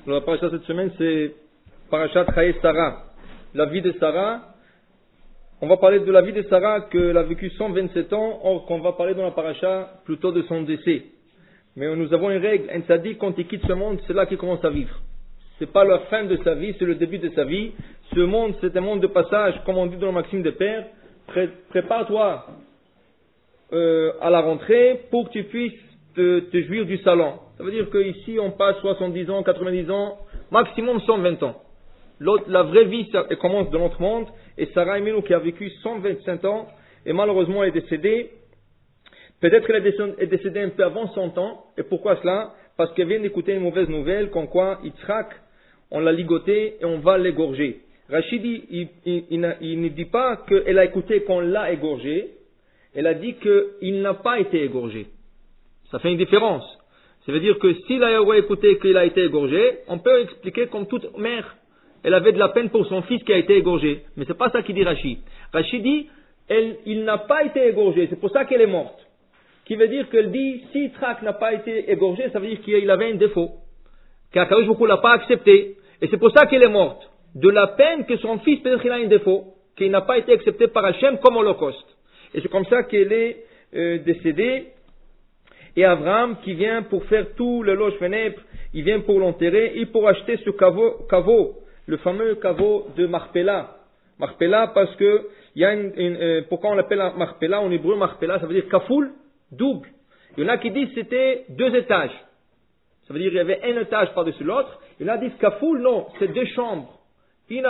La paracha cette semaine, c'est Parashat Chaye Sarah, la vie de Sarah. On va parler de la vie de Sarah qu'elle a vécu 127 ans, or qu'on va parler dans la paracha plutôt de son décès. Mais nous avons une règle, un tzaddik, quand il quitte ce monde, c'est là qu'il commence à vivre. C'est pas la fin de sa vie, c'est le début de sa vie. Ce monde, c'est un monde de passage, comme on dit dans le Maxime des Pères. Prépare-toi à la rentrée pour que tu puisses te jouir du salon. Ça veut dire qu'ici, on passe 70 ans, 90 ans, maximum 120 ans. La vraie vie, elle commence dans notre monde. Et Sarah Imenu, qui a vécu 125 ans, et malheureusement elle est décédée. Peut-être qu'elle est décédée un peu avant son temps. Et pourquoi cela? Parce qu'elle vient d'écouter une mauvaise nouvelle, comme quoi Yitzhak, on l'a ligoté et on va l'égorger. Rachid, il ne dit pas qu'elle a écouté qu'on l'a égorgé. Elle a dit qu'il n'a pas été égorgé. Ça fait une différence. Ça veut dire que s'il a écouté qu'il a été égorgé, on peut expliquer comme toute mère. Elle avait de la peine pour son fils qui a été égorgé. Mais c'est pas ça qu'il dit Rachid. Rachid dit, il n'a pas été égorgé. C'est pour ça qu'elle est morte. Qui veut dire qu'elle dit, si Yitzhak n'a pas été égorgé, ça veut dire qu'il avait un défaut. Qu'Akadosh Baruch Hu l'a pas accepté. Et c'est pour ça qu'elle est morte. De la peine que son fils, peut-être qu'il a un défaut. Qu'il n'a pas été accepté par Hachem comme holocauste. Et c'est comme ça qu'elle est décédée. Et Abraham, qui vient pour faire tout le loge funèbre, il vient pour l'enterrer et pour acheter ce caveau, le fameux caveau de Marpella. Marpella parce que il y a pourquoi on l'appelle Marpella en hébreu? Marpella, ça veut dire kafoul, double. Il y en a qui disent c'était 2 étages. Ça veut dire il y avait un étage par-dessus l'autre. Il y en a qui disent kafoul, non, c'est 2 chambres. Une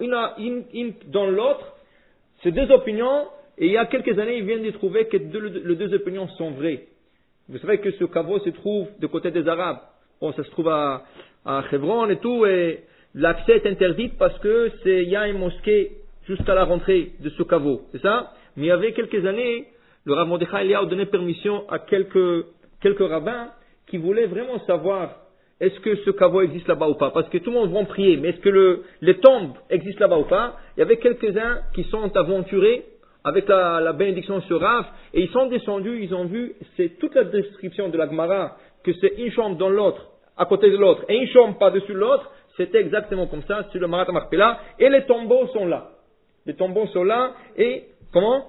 dans l'autre. C'est 2 opinions. Et il y a quelques années, ils viennent de trouver que les 2 opinions sont vraies. Vous savez que ce caveau se trouve de côté des Arabes. Bon, ça se trouve à Hebron et tout, et l'accès est interdit parce que il y a une mosquée jusqu'à la rentrée de ce caveau. C'est ça? Mais il y avait quelques années, le Rav Mordechai a donné permission à quelques rabbins qui voulaient vraiment savoir est-ce que ce caveau existe là-bas ou pas. Parce que tout le monde va prier, mais est-ce que les tombes existent là-bas ou pas? Il y avait quelques-uns qui sont aventurés avec la bénédiction sur Rav, et ils sont descendus, ils ont vu, c'est toute la description de la Gemara, que c'est une chambre dans l'autre, à côté de l'autre, et une chambre par-dessus l'autre, c'était exactement comme ça, sur le Marat Marpella, et les tombeaux sont là. Les tombeaux sont là, et, comment?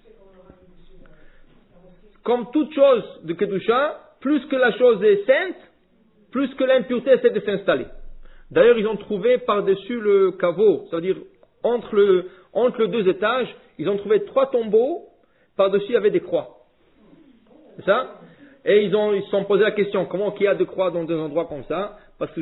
Comme toute chose de Kedusha, plus que la chose est sainte, plus que l'impureté essaie de s'installer. D'ailleurs, ils ont trouvé par-dessus le caveau, c'est-à-dire entre les 2 étages, ils ont trouvé 3 tombeaux, par-dessus il y avait des croix. C'est ça? Et ils se sont posé la question, comment qu'il y a des croix dans des endroits comme ça? Parce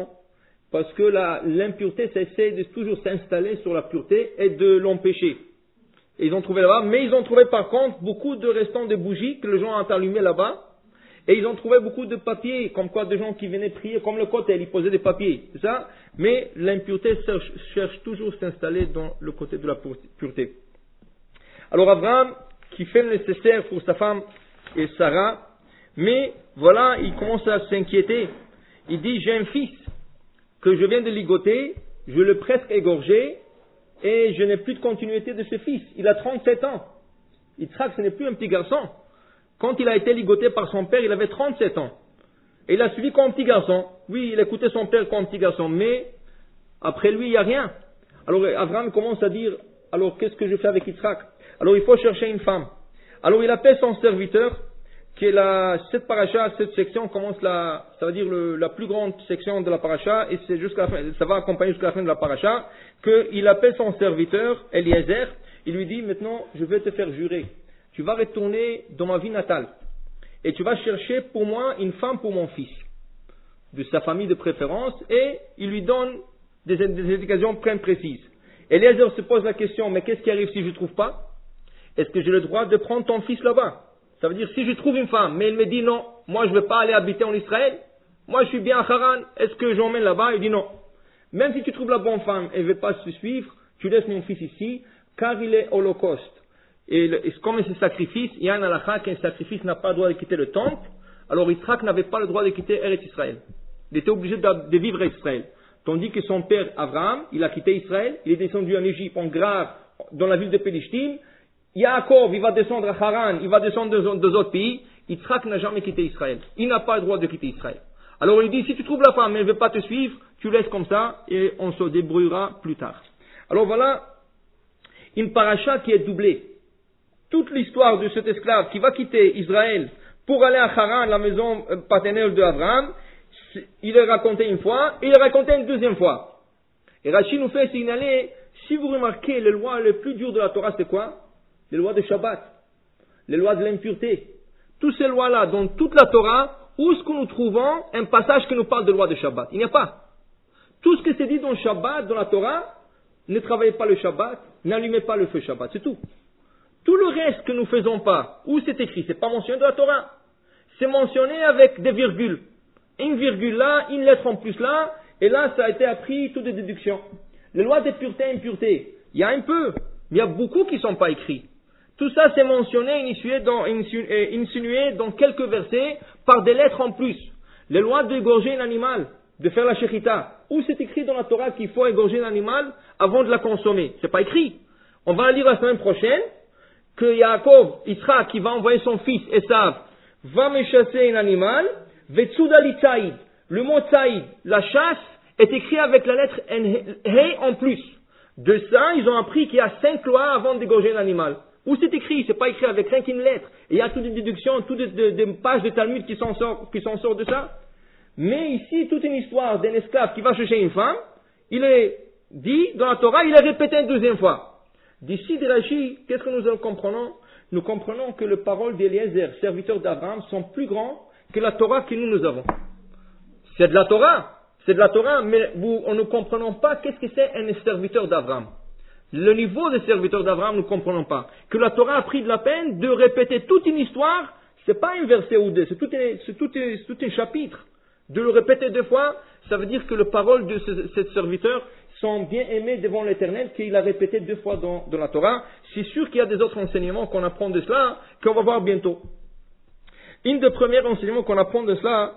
que l'impureté essaie de toujours s'installer sur la pureté et de l'empêcher. Et ils ont trouvé là-bas, mais ils ont trouvé par contre beaucoup de restants de bougies que les gens ont allumés là-bas. Et ils ont trouvé beaucoup de papiers, comme quoi des gens qui venaient prier, comme le côté, ils posaient des papiers, c'est ça? Mais l'impureté cherche toujours à s'installer dans le côté de la pureté. Alors Abraham, qui fait le nécessaire pour sa femme et Sarah, mais voilà, il commence à s'inquiéter. Il dit, j'ai un fils que je viens de ligoter, je l'ai presque égorgé, et je n'ai plus de continuité de ce fils. Il a 37 ans. Yitzhak, ce n'est plus un petit garçon. Quand il a été ligoté par son père, il avait 37 ans. Et il a suivi comme petit garçon. Oui, il écoutait son père comme petit garçon, mais après lui, il n'y a rien. Alors Abraham commence à dire, alors qu'est-ce que je fais avec Yitzhak? Alors il faut chercher une femme. Alors il appelle son serviteur, qui est cette paracha, cette section commence ça veut dire la plus grande section de la paracha, et c'est jusqu'à la fin, ça va accompagner jusqu'à la fin de la paracha, qu'il appelle son serviteur, Eliezer, il lui dit, maintenant, je vais te faire jurer. Tu vas retourner dans ma vie natale. Et tu vas chercher pour moi une femme pour mon fils. De sa famille de préférence. Et il lui donne des indications bien précises. Eliezer se pose la question, mais qu'est-ce qui arrive si je ne trouve pas? Est-ce que j'ai le droit de prendre ton fils là-bas? Ça veut dire, si je trouve une femme, mais elle me dit non, moi je ne veux pas aller habiter en Israël. Moi je suis bien à Haran. Est-ce que j'emmène là-bas? Il dit non. Même si tu trouves la bonne femme, elle ne veut pas se suivre, tu laisses mon fils ici, car il est holocauste. Et comme c'est sacrifice, il y a un halakha qu'un sacrifice n'a pas le droit de quitter le temple. Alors Yitzhak n'avait pas le droit de quitter Eretz Israël. Il était obligé de vivre à Israël. Tandis que son père Abraham, il a quitté Israël, il est descendu en Égypte, en Grar, dans la ville de Pélishtim. Yaakov, il va descendre à Haran, il va descendre dans d'autres pays. Yitzhak n'a jamais quitté Israël. Il n'a pas le droit de quitter Israël. Alors il dit, si tu trouves la femme, mais elle ne veut pas te suivre, tu laisses comme ça et on se débrouillera plus tard. Alors voilà une paracha qui est doublée. Toute l'histoire de cet esclave qui va quitter Israël pour aller à Haran, la maison paternelle d'Abraham, il est raconté une fois et il est raconté une deuxième fois. Et Rashi nous fait signaler, si vous remarquez, les lois les plus dures de la Torah, c'est quoi? Les lois de Shabbat, les lois de l'impureté. Toutes ces lois-là, dans toute la Torah, où est-ce que nous trouvons un passage qui nous parle de loi de Shabbat? Il n'y a pas. Tout ce que c'est dit dans Shabbat, dans la Torah, ne travaillez pas le Shabbat, n'allumez pas le feu Shabbat, c'est tout. Tout le reste que nous ne faisons pas, où c'est écrit, c'est pas mentionné dans la Torah. C'est mentionné avec des virgules. Une virgule là, une lettre en plus là, et là ça a été appris, toutes des déductions. Les lois de pureté et impureté, il y a un peu, mais il y a beaucoup qui ne sont pas écrits. Tout ça c'est mentionné, insinué dans quelques versets par des lettres en plus. Les lois d'égorger un animal, de faire la shechita. Où c'est écrit dans la Torah qu'il faut égorger un animal avant de la consommer? C'est pas écrit. On va lire la semaine prochaine que Yaakov, Yitzhak, qui va envoyer son fils Esav, va me chasser un animal, Vetsudali Tzaïd. Le mot Tzaïd, la chasse, est écrit avec la lettre He en plus. De ça, ils ont appris qu'il y a 5 lois avant d'égorger un animal. Où c'est écrit? C'est pas écrit avec rien qu'une lettre. Et il y a toutes des déductions, toutes des pages de Talmud qui s'en sortent de ça. Mais ici, toute une histoire d'un esclave qui va chercher une femme, il est dit dans la Torah, il est répété une deuxième fois. D'ici de Rashi, qu'est-ce que nous comprenons? Nous comprenons que les paroles d'Eliezer, serviteur d'Abraham, sont plus grandes que la Torah que nous avons. C'est de la Torah, mais nous ne comprenons pas qu'est-ce que c'est un serviteur d'Abraham. Le niveau de serviteur d'Abraham, nous ne comprenons pas. Que la Torah a pris de la peine de répéter toute une histoire, c'est pas un verset ou deux, c'est tout un chapitre. De le répéter 2 fois, ça veut dire que les paroles de ce serviteur sont bien aimées devant l'Éternel, qu'il a répété 2 fois dans la Torah. C'est sûr qu'il y a des autres enseignements qu'on apprend de cela, qu'on va voir bientôt. Une des premiers enseignements qu'on apprend de cela,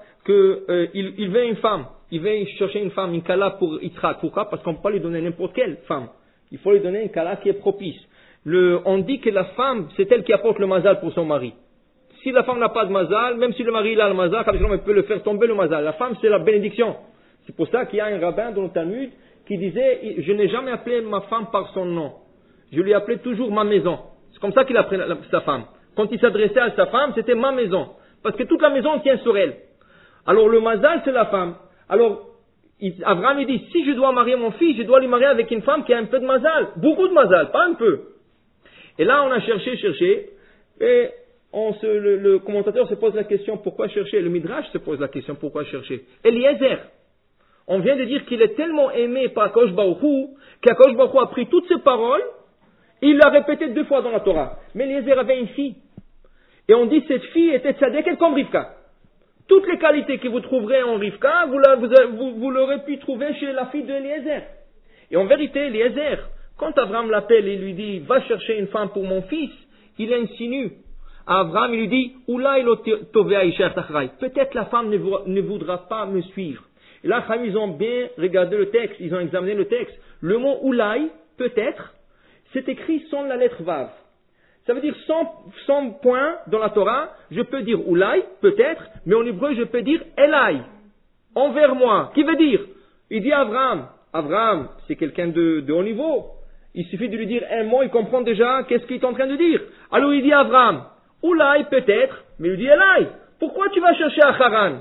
qu'il veut une femme, il veut chercher une femme, une kala pour Yitzhak. Pourquoi? Parce qu'on ne peut pas lui donner n'importe quelle femme. Il faut lui donner une kala qui est propice. On dit que la femme, c'est elle qui apporte le mazal pour son mari. Si la femme n'a pas de mazal, même si le mari a le mazal, il peut le faire tomber le mazal. La femme, c'est la bénédiction. C'est pour ça qu'il y a un rabbin dans le Talmud qui disait, je n'ai jamais appelé ma femme par son nom. Je lui appelais toujours ma maison. C'est comme ça qu'il appelait sa femme. Quand il s'adressait à sa femme, c'était ma maison. Parce que toute la maison tient sur elle. Alors le mazal, c'est la femme. Alors, Abraham, il dit, si je dois marier mon fils, je dois lui marier avec une femme qui a un peu de mazal. Beaucoup de mazal, pas un peu. Et là, on a cherché, et le commentateur se pose la question, pourquoi chercher? Le Midrash se pose la question, pourquoi chercher? Eliezer, on vient de dire qu'il est tellement aimé par Akadosh Baruch Hu, qu'Akadosh Baruch Hu a pris toutes ces paroles, et il l'a répété 2 fois dans la Torah. Mais Eliezer avait une fille. Et on dit, cette fille était tzadéket comme Rivka. Toutes les qualités que vous trouverez en Rivka, vous l'aurez pu trouver chez la fille d'Eliezer. Et en vérité, Eliezer, quand Abraham l'appelle et lui dit, va chercher une femme pour mon fils, il insinue. À Abraham, il lui dit, peut-être la femme ne voudra pas me suivre. Et là, ils ont bien regardé le texte, ils ont examiné le texte. Le mot Oulai, peut-être, c'est écrit sans la lettre Vav. Ça veut dire sans point dans la Torah, je peux dire Oulai, peut-être, mais en hébreu, je peux dire Elai, envers moi. Qui veut dire? Il dit Abraham. Abraham, c'est quelqu'un de haut niveau. Il suffit de lui dire un mot, il comprend déjà qu'est-ce qu'il est en train de dire. Alors il dit Abraham, Oulai, peut-être, mais il dit Elai. Pourquoi tu vas chercher à Haran?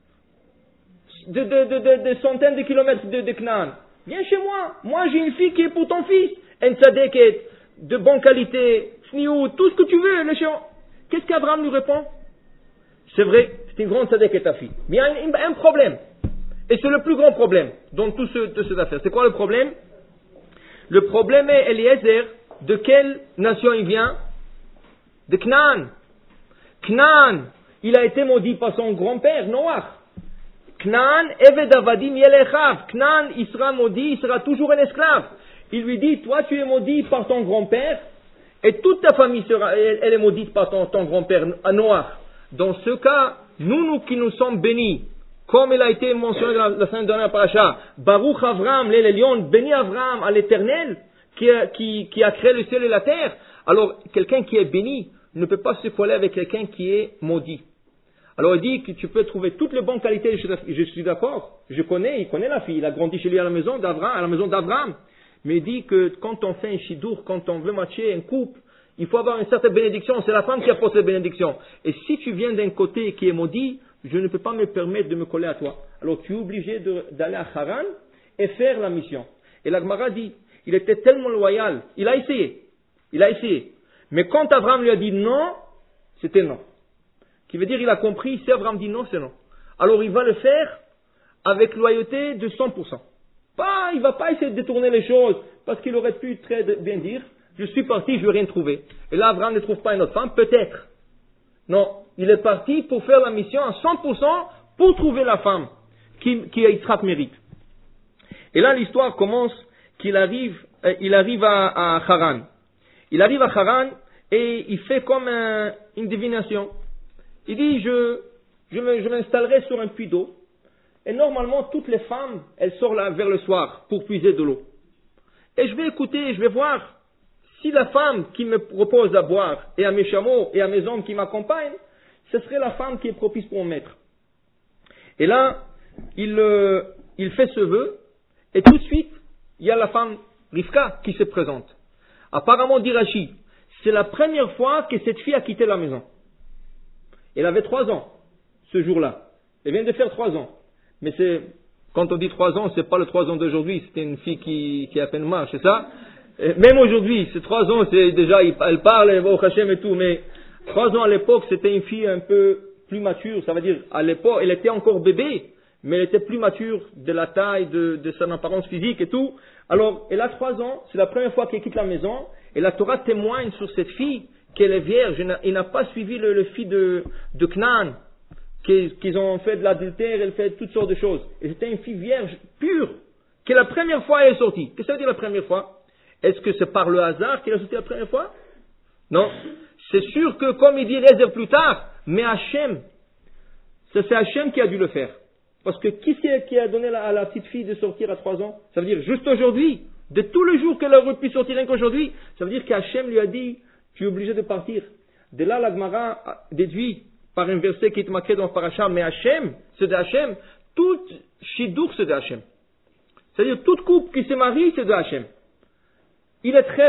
De centaines de kilomètres de Canaan. Viens chez moi. Moi, j'ai une fille qui est pour ton fils. Un tzadéket, de bonne qualité, sniou, tout ce que tu veux. Qu'est-ce qu'Abraham lui répond? C'est vrai, c'est une grande tzadéket ta fille. Mais il y a un problème. Et c'est le plus grand problème dans toute cette affaire. C'est quoi le problème? Le problème est Eliezer. De quelle nation il vient? De Canaan. Canaan, il a été maudit par son grand-père, Noach. Canaan, Eved Avadim Yelechav. Canaan, il sera maudit, il sera toujours un esclave. Il lui dit, toi tu es maudit par ton grand-père, et toute ta famille elle est maudite par ton grand-père, Noach. Dans ce cas, nous qui nous sommes bénis, comme il a été mentionné dans la semaine dernière paracha, Baruch Avram, l'Elion, béni Avram à l'Éternel, qui a créé le ciel et la terre. Alors, quelqu'un qui est béni ne peut pas se coller avec quelqu'un qui est maudit. Alors il dit que tu peux trouver toutes les bonnes qualités, je suis d'accord, il connaît la fille, il a grandi chez lui à la maison d'Abraham. Mais il dit que quand on fait un chidour, quand on veut matcher un couple, il faut avoir une certaine bénédiction, c'est la femme qui apporte la bénédiction. Et si tu viens d'un côté qui est maudit, je ne peux pas me permettre de me coller à toi. Alors tu es obligé d'aller à Haran et faire la mission. Et la Gemara dit, il était tellement loyal, il a essayé. Mais quand Abraham lui a dit non, c'était non. Qui veut dire, il a compris, si Abraham dit non, c'est non. Alors il va le faire avec loyauté de 100%. Il ne va pas essayer de détourner les choses, parce qu'il aurait pu très bien dire, je suis parti, je ne vais rien trouver. Et là, Abraham ne trouve pas une autre femme, peut-être. Non, il est parti pour faire la mission à 100% pour trouver la femme qui Yitzhak mérite. Et là, l'histoire commence qu'il arrive à Haran. Il arrive à Haran et il fait comme une divination. Il dit, je m'installerai sur un puits d'eau. Et normalement, toutes les femmes, elles sortent là vers le soir pour puiser de l'eau. Et je vais écouter, je vais voir si la femme qui me propose à boire et à mes chameaux et à mes hommes qui m'accompagnent, ce serait la femme qui est propice pour mon maître. Et là, il fait ce vœu et tout de suite, il y a la femme Rivka qui se présente. Apparemment, dit Rashi, c'est la première fois que cette fille a quitté la maison. Elle avait 3 ans, ce jour-là. Elle vient de faire 3 ans. Mais quand on dit 3 ans, c'est pas le 3 ans d'aujourd'hui, c'était une fille qui à peine marche, c'est ça? Et même aujourd'hui, c'est 3 ans, c'est déjà, elle parle, elle va au Hachem et tout, mais 3 ans à l'époque, c'était une fille un peu plus mature, ça veut dire, à l'époque, elle était encore bébé, mais elle était plus mature de la taille, de son apparence physique et tout. Alors, elle a 3 ans, c'est la première fois qu'elle quitte la maison, et la Torah témoigne sur cette fille qu'elle est vierge, elle n'a pas suivi le fils de Canaan, qu'ils ont fait de l'adultère, elle fait toutes sortes de choses. Et c'était une fille vierge, pure, que la première fois elle est sortie. Qu'est-ce que ça veut dire la première fois? Est-ce que c'est par le hasard qu'elle est sortie la première fois? Non. C'est sûr que, comme il dit Eliezer plus tard, mais Hachem, c'est Hachem qui a dû le faire. Parce que qui c'est qui a donné à la petite fille de sortir à 3 ans? Ça veut dire juste aujourd'hui, de tous les jours qu'elle aurait pu sortir rien qu'aujourd'hui, ça veut dire qu'Hachem lui a dit, tu es obligé de partir. De là, la Gemara déduit par un verset qui est marqué dans le parasha, mais Hachem, c'est de Hachem, tout shidour c'est de Hachem. C'est-à-dire, toute couple qui se marie, c'est de Hachem. Il est très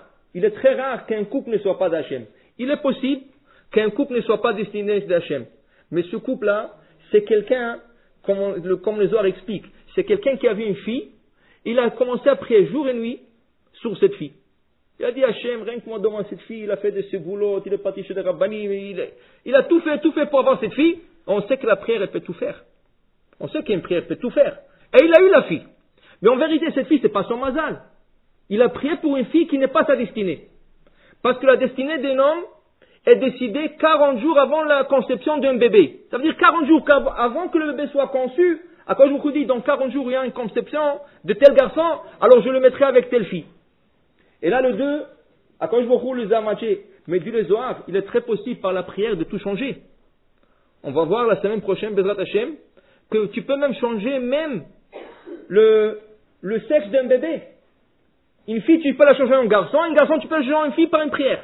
rare qu'un couple ne soit pas d'Hachem. Il est possible qu'un couple ne soit pas destiné d'Hachem. Mais ce couple-là, c'est quelqu'un, comme le Zohar explique, c'est quelqu'un qui a vu une fille, il a commencé à prier jour et nuit sur cette fille. Il a dit Hachem, rien que moi devant cette fille, il a fait de ses boulots, il est parti chez des rabbanim, il a tout fait pour avoir cette fille. On sait que la prière, elle peut tout faire. On sait qu'une prière peut tout faire. Et il a eu la fille. Mais en vérité, cette fille, c'est pas son mazal. Il a prié pour une fille qui n'est pas sa destinée. Parce que la destinée d'un homme est décidée 40 jours avant la conception d'un bébé. Ça veut dire 40 jours avant que le bébé soit conçu. À quoi je vous dis, dans 40 jours, il y a une conception de tel garçon, alors je le mettrai avec telle fille. Et là, le 2, à quand je vous roule les amatchés, mais dit le Zohar, il est très possible par la prière de tout changer. On va voir la semaine prochaine, Bezrat Hashem, que tu peux même changer même le sexe d'un bébé. Une fille, tu peux la changer en garçon, un garçon, tu peux la changer en fille par une prière.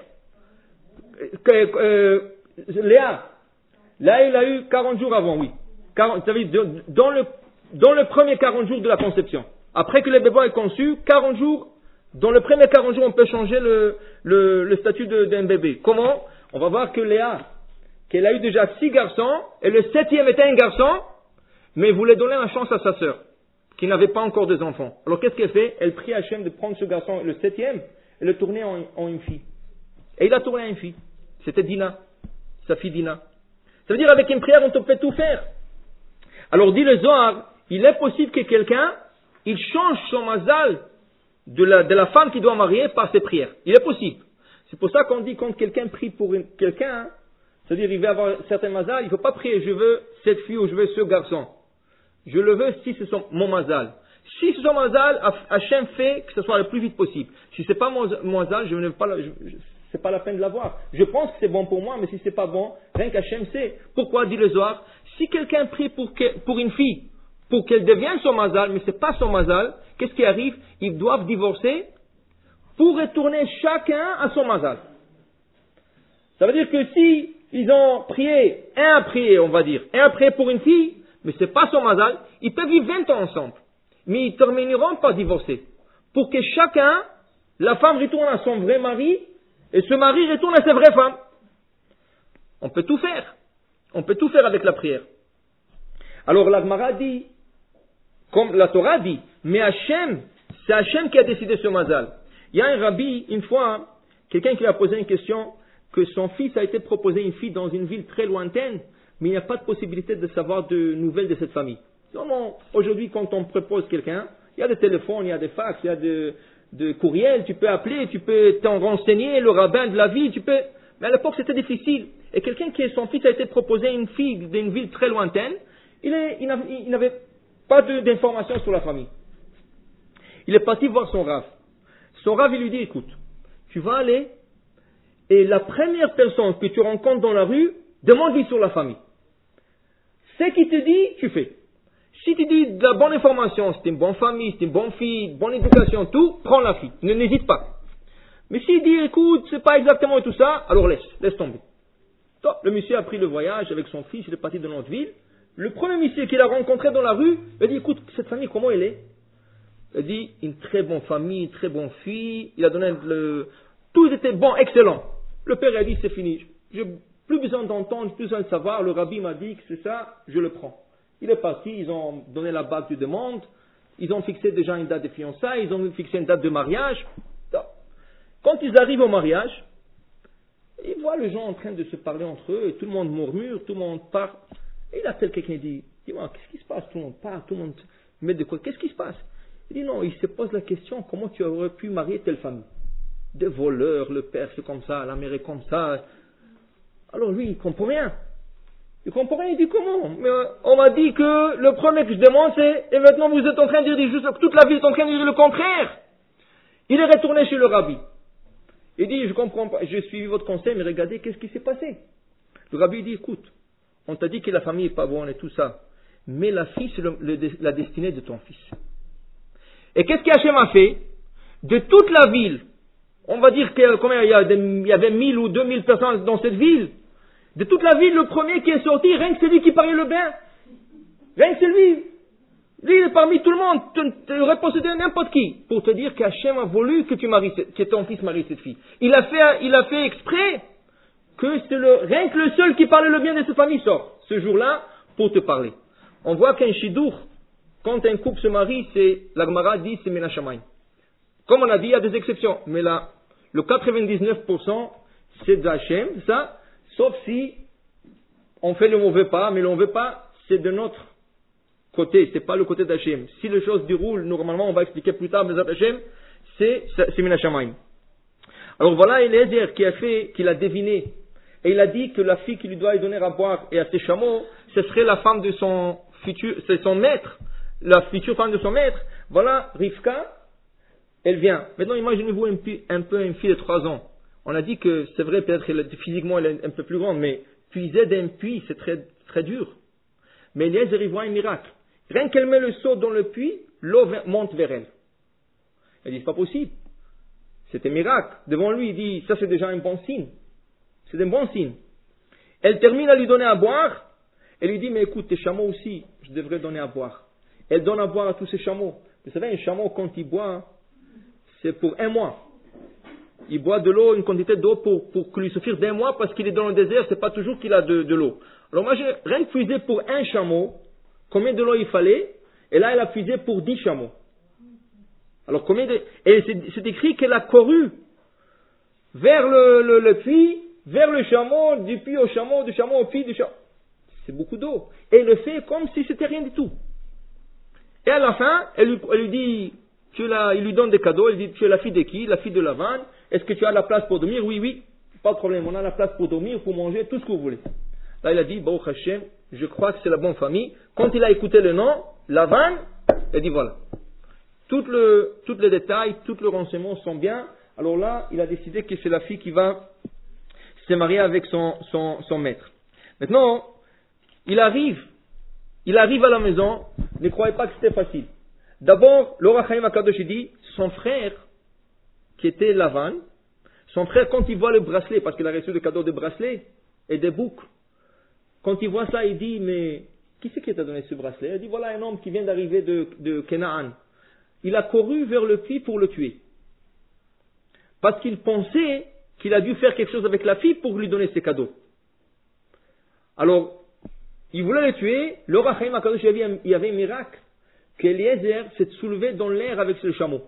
Léa, là, il a eu 40 jours avant, oui. 40, ça veut dire, dans le premier 40 jours de la conception. Après que le bébé est conçu, 40 jours, dans le premier 40 jours, on peut changer le statut d'un bébé. Comment? On va voir que Léa, qu'elle a eu déjà 6 garçons, et le 7e était un garçon, mais elle voulait donner la chance à sa sœur, qui n'avait pas encore des enfants. Alors qu'est-ce qu'elle fait? Elle prie à Hachem de prendre ce garçon, le 7e, et le tourner en une fille. Et il a tourné en une fille. C'était Dina, sa fille Dina. Ça veut dire avec une prière, on peut tout faire. Alors dit le Zohar, il est possible que quelqu'un, il change son mazal de la femme qui doit marier par ses prières. Il est possible. C'est pour ça qu'on dit quand quelqu'un prie pour quelqu'un, c'est-à-dire il veut avoir un certain mazal, il ne faut pas prier, je veux cette fille ou je veux ce garçon. Je le veux si c'est mon mazal. Si c'est son mazal, Hachem fait que ce soit le plus vite possible. Si c'est pas mon mazal, c'est pas la peine de l'avoir. Je pense que c'est bon pour moi, mais si c'est pas bon, rien qu'Hachem sait. Pourquoi dit le Zohar? Si quelqu'un prie pour une fille, pour qu'elle devienne son mazal, mais c'est pas son mazal, qu'est-ce qui arrive? Ils doivent divorcer pour retourner chacun à son mazal. Ça veut dire que si ils ont prié, un a prié, on va dire, un a prié pour une fille, mais c'est pas son mazal, ils peuvent vivre 20 ans ensemble, mais ils termineront par divorcer. Pour que chacun, la femme retourne à son vrai mari, et ce mari retourne à sa vraie femme. On peut tout faire. On peut tout faire avec la prière. Alors la Gemara dit, comme la Torah dit, mais Hachem, c'est Hachem qui a décidé ce mazal. Il y a un rabbi, une fois, quelqu'un qui lui a posé une question, que son fils a été proposé une fille dans une ville très lointaine, mais il n'y a pas de possibilité de savoir de nouvelles de cette famille. Non, aujourd'hui, quand on propose quelqu'un, il y a des téléphones, il y a des fax, il y a de courriels, tu peux appeler, tu peux t'en renseigner, le rabbin de la ville, tu peux... Mais à l'époque, c'était difficile. Et quelqu'un son fils a été proposé une fille d'une ville très lointaine, il n'avait pas d'informations sur la famille. Il est parti voir son rav. Son rav, il lui dit, écoute, tu vas aller, et la première personne que tu rencontres dans la rue, demande-lui sur la famille. Ce qu'il te dit, tu fais. Si tu dis de la bonne information, c'est une bonne famille, c'est une bonne fille, bonne éducation, tout, prends la fille. N'hésite pas. Mais s'il dit, écoute, c'est pas exactement tout ça, alors laisse tomber. Donc, le monsieur a pris le voyage avec son fils, il est parti de notre ville. Le premier monsieur qu'il a rencontré dans la rue, il a dit, écoute, cette famille, comment elle est? Il a dit, une très bonne famille, une très bonne fille. Il a donné tout était bon, excellent. Le père a dit, c'est fini. J'ai plus besoin d'entendre, plus besoin de savoir. Le rabbi m'a dit que c'est ça, je le prends. Il est parti, ils ont donné la bague de demande. Ils ont fixé déjà une date de fiançailles, ils ont fixé une date de mariage. Donc, quand ils arrivent au mariage, ils voient les gens en train de se parler entre eux, et tout le monde murmure, tout le monde parle. Et il appelle quelqu'un et dit, dis-moi, qu'est-ce qui se passe? Tout le monde parle, tout le monde met de quoi? Qu'est-ce qui se passe? Il dit, non, il se pose la question, comment tu aurais pu marier telle famille? Des voleurs, le père c'est comme ça, la mère est comme ça. Alors lui, il comprend rien. Il comprend rien, il dit, comment? Mais on m'a dit que le premier que je demande c'est, et maintenant vous êtes en train de dire juste, toute la vie est en train de dire le contraire. Il est retourné chez le rabbi. Il dit, je comprends pas, j'ai suivi votre conseil, mais regardez, qu'est-ce qui s'est passé? Le rabbi dit, écoute, on t'a dit que la famille n'est pas bonne et tout ça, mais la fille, c'est la destinée de ton fils. Et qu'est-ce qu'Hachem a fait? De toute la ville, on va dire qu'il y avait 1000 ou 2000 personnes dans cette ville, de toute la ville, le premier qui est sorti, rien que celui qui parlait le bien, rien que celui, lui, il est parmi tout le monde, tu aurais possédé n'importe qui, pour te dire qu'Hachem a voulu que ton fils marie cette fille. Il a fait exprès que c'est rien que le seul qui parlait le bien de cette famille sort, ce jour-là, pour te parler. On voit qu'un shidour, quand un couple se marie, la Gemara dit, c'est Mena Shamayim. Comme on a dit, il y a des exceptions, mais là, le 99%, c'est d'Hachem, ça, sauf si on fait le mauvais pas, mais le mauvais pas, c'est de notre côté, c'est pas le côté d'Hachem. Si les choses déroulent, normalement, on va expliquer plus tard, mais d'Hachem, c'est Mena Shamayim. Alors voilà Eliezer qu'il a deviné, et il a dit que la fille qui lui doit lui donner à boire et à ses chameaux, ce serait la femme de son futur, c'est son maître, la future femme de son maître. Voilà, Rivka, elle vient. Maintenant, imaginez-vous un peu une fille de 3 ans. On a dit que c'est vrai, peut-être physiquement elle est un peu plus grande, mais puiser d'un puits, c'est très, très dur. Mais Eliezer, il voit un miracle. Rien qu'elle met le seau dans le puits, l'eau monte vers elle. Elle dit, c'est pas possible. C'est un miracle. Devant lui, il dit, ça c'est déjà un bon signe. C'est un bon signe. Elle termine à lui donner à boire. Elle lui dit, mais écoute, tes chameaux aussi, je devrais donner à boire. Elle donne à boire à tous ses chameaux. Vous savez, un chameau, quand il boit, c'est pour 1 mois. Il boit de l'eau, une quantité d'eau pour lui suffire d'1 mois, parce qu'il est dans le désert, c'est pas toujours qu'il a de l'eau. Alors moi, j'ai rien que puisé pour un chameau, combien de l'eau il fallait, et là, elle a puisé pour 10 chameaux. Alors et c'est écrit qu'elle a couru vers le puits, vers le chameau, du puits au chameau, du chameau au puits, du chameau. C'est beaucoup d'eau. Et elle le fait comme si c'était rien du tout. Et à la fin, elle lui dit, il lui donne des cadeaux, elle dit, tu es la fille de qui? La fille de Lavan. Est-ce que tu as la place pour dormir? Oui, pas de problème, on a la place pour dormir, pour manger, tout ce que vous voulez. Là, il a dit, Baruch Hashem, je crois que c'est la bonne famille. Quand il a écouté le nom, Lavan, il a dit, voilà. Tous les détails, tous les renseignements sont bien. Alors là, il a décidé que c'est la fille qui va se marier avec son maître. Maintenant, il arrive à la maison, ne croyez pas que c'était facile. D'abord, l'Or HaChaim HaKadosh dit, son frère, qui était Lavan, son frère, quand il voit le bracelet, parce qu'il a reçu le cadeau de bracelet, et des boucles. Quand il voit ça, il dit, mais qui c'est qui t'a donné ce bracelet? Il dit, voilà un homme qui vient d'arriver de Canaan. Il a couru vers le fils pour le tuer. Parce qu'il pensait qu'il a dû faire quelque chose avec la fille pour lui donner ses cadeaux. Alors, il voulait le tuer. Le Rachaim Akadosh, il y avait un miracle, qu'Eliezer s'est soulevé dans l'air avec le chameau.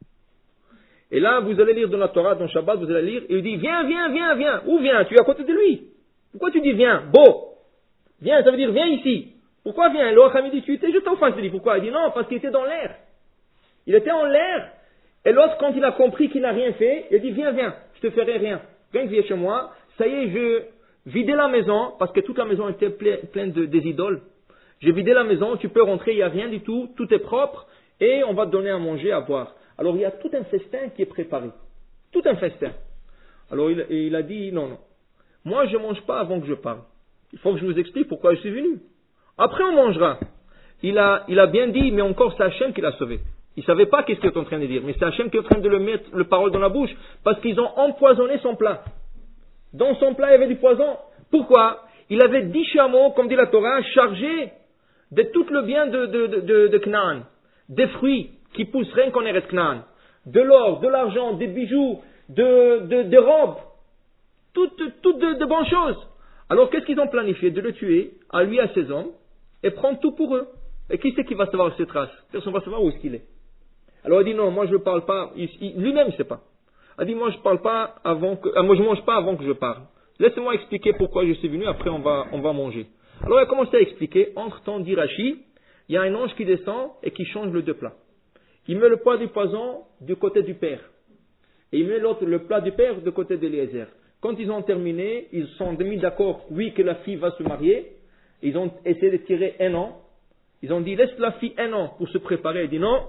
Et là, vous allez lire dans la Torah, dans Shabbat, vous allez lire, et il dit, viens. Où viens? Tu es à côté de lui. Pourquoi tu dis viens? Beau. Viens, ça veut dire viens ici. Pourquoi viens? Le Rachaim dit, tu étais juste en face de lui. Pourquoi? Il dit non, parce qu'il était dans l'air. Il était en l'air. Et l'autre, quand il a compris qu'il n'a rien fait, il a dit, viens, je te ferai rien. Viens chez moi. Ça y est, je vidais la maison, parce que toute la maison était pleine des idoles. J'ai vidé la maison, tu peux rentrer, il n'y a rien du tout, tout est propre, et on va te donner à manger, à boire. Alors il y a tout un festin qui est préparé. Tout un festin. Alors il a dit, non. Moi je ne mange pas avant que je parle. Il faut que je vous explique pourquoi je suis venu. Après on mangera. Il a bien dit, mais encore c'est Hachem qui l'a sauvé. Il ne savait pas qu'est-ce qu'il est en train de dire, mais c'est Hachem qui est en train de le mettre le parole dans la bouche, parce qu'ils ont empoisonné son plat. Dans son plat il y avait du poison. Pourquoi? Il avait 10 chameaux, comme dit la Torah, chargés de tout le bien de Canaan, des fruits qui poussent rien qu'en Eretz Canaan, de l'or, de l'argent, des bijoux, de robes, toutes de bonnes choses. Alors qu'est-ce qu'ils ont planifié? De le tuer, à lui, à ses hommes, et prendre tout pour eux. Et qui c'est qui va savoir ses traces? Personne ne va savoir où est-ce qu'il est. Alors il dit non, moi je ne parle pas, lui-même il ne sait pas. Il dit moi je parle pas moi je mange pas avant que je parle. Laissez-moi expliquer pourquoi je suis venu, après on va manger. Alors il a commencé à expliquer, entre-temps dit Rashi, il y a un ange qui descend et qui change le deux plats. Il met le poids du poison du côté du père. Et il met le plat du père du côté d'Eliezer. Quand ils ont terminé, ils sont mis d'accord, oui, que la fille va se marier. Ils ont essayé de tirer un an. Ils ont dit, laisse la fille un an pour se préparer. Il dit non,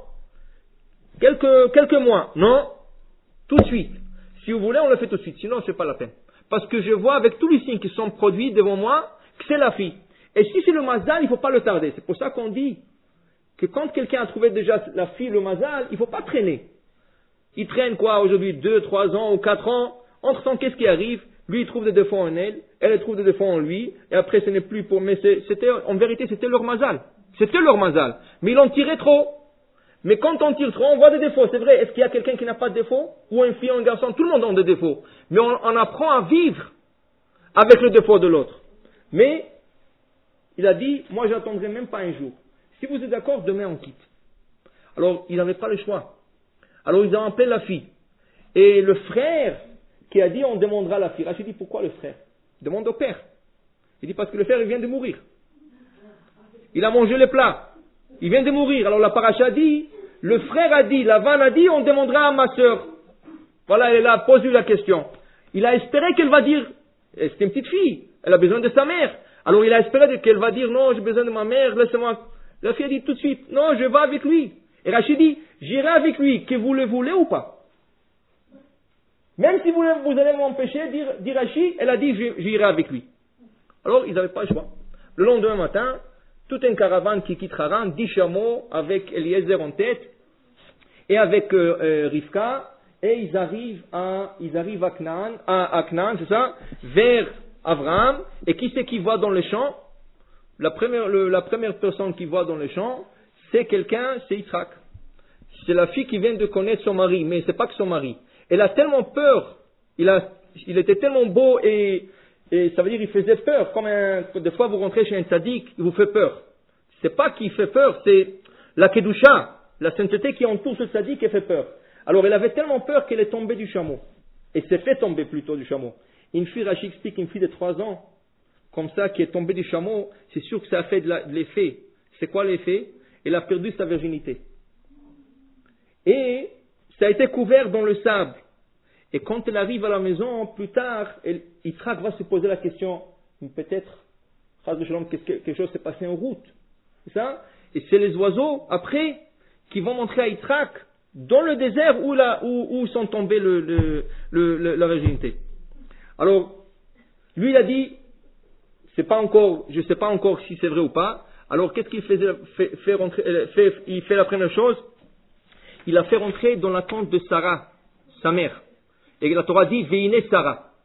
quelques mois, non, tout de suite. Si vous voulez, on le fait tout de suite, sinon c'est pas la peine. Parce que je vois avec tous les signes qui sont produits devant moi que c'est la fille. Et si c'est le mazal, il ne faut pas le tarder. C'est pour ça qu'on dit que quand quelqu'un a trouvé déjà la fille, le mazal, il ne faut pas traîner. Il traîne quoi aujourd'hui 2, 3 ans ou 4 ans. Entre-temps, qu'est-ce qui arrive? Lui, il trouve des défauts en elle trouve des défauts en lui, et après ce n'est plus pour... Mais en vérité, c'était leur mazal. C'était leur mazal. Mais ils en tiraient trop. Mais quand on tire trop, on voit des défauts. C'est vrai, est-ce qu'il y a quelqu'un qui n'a pas de défauts? Ou un fille ou un garçon? Tout le monde a des défauts. Mais on apprend à vivre avec le défaut de l'autre. Mais, il a dit, moi j'attendrai même pas un jour. Si vous êtes d'accord, demain on quitte. Alors, ils n'avaient pas le choix. Alors, ils ont appelé la fille. Et le frère qui a dit, on demandera la fille. Rachid dit, pourquoi le frère? Demande au père. Il dit, parce que le frère, il vient de mourir. Il a mangé les plats. Il vient de mourir. Alors la paracha dit, le frère a dit, la vanne a dit, on demandera à ma sœur. Voilà, elle a posé la question. Il a espéré qu'elle va dire, c'est une petite fille, elle a besoin de sa mère. Alors il a espéré qu'elle va dire, non, j'ai besoin de ma mère, laissez-moi. La fille a dit tout de suite, non, je vais avec lui. Et Rachid dit, j'irai avec lui, que vous le voulez ou pas. Même si vous allez m'empêcher, dit Rachid, elle a dit, j'irai avec lui. Alors ils n'avaient pas le choix. Le lendemain matin, toute une caravane qui quitte Haran, 10 chameaux avec Eliezer en tête et avec Rivka, et ils arrivent à Canaan, c'est ça, vers Abraham. Et qui c'est qui voit dans le champ? La première personne qui voit dans le champ, c'est quelqu'un, c'est Yitzhak. C'est la fille qui vient de connaître son mari, mais c'est pas que son mari. Elle a tellement peur, il était tellement beau et ça veut dire il faisait peur, des fois vous rentrez chez un tzaddik, il vous fait peur. C'est pas qu'il fait peur, c'est la kedusha, la sainteté qui entoure ce tzaddik qui fait peur. Alors elle avait tellement peur qu'elle est tombée du chameau. Et s'est fait tomber plutôt du chameau. Une fille, Rachid explique, une fille de 3 ans, comme ça, qui est tombée du chameau, c'est sûr que ça a fait de l'effet. C'est quoi l'effet? Elle a perdu sa virginité. Et ça a été couvert dans le sable. Et quand elle arrive à la maison, plus tard, Yitzhak va se poser la question, peut-être, quelque chose s'est passé en route. C'est ça? Et c'est les oiseaux, après, qui vont montrer à Yitzhak, dans le désert où sont tombés la virginité. Alors, lui il a dit, je ne sais pas encore si c'est vrai ou pas. Alors qu'est-ce qu'il faisait? Il fait la première chose, il a fait rentrer dans la tente de Sarah, sa mère. Et la Torah dit, Veine Sarah.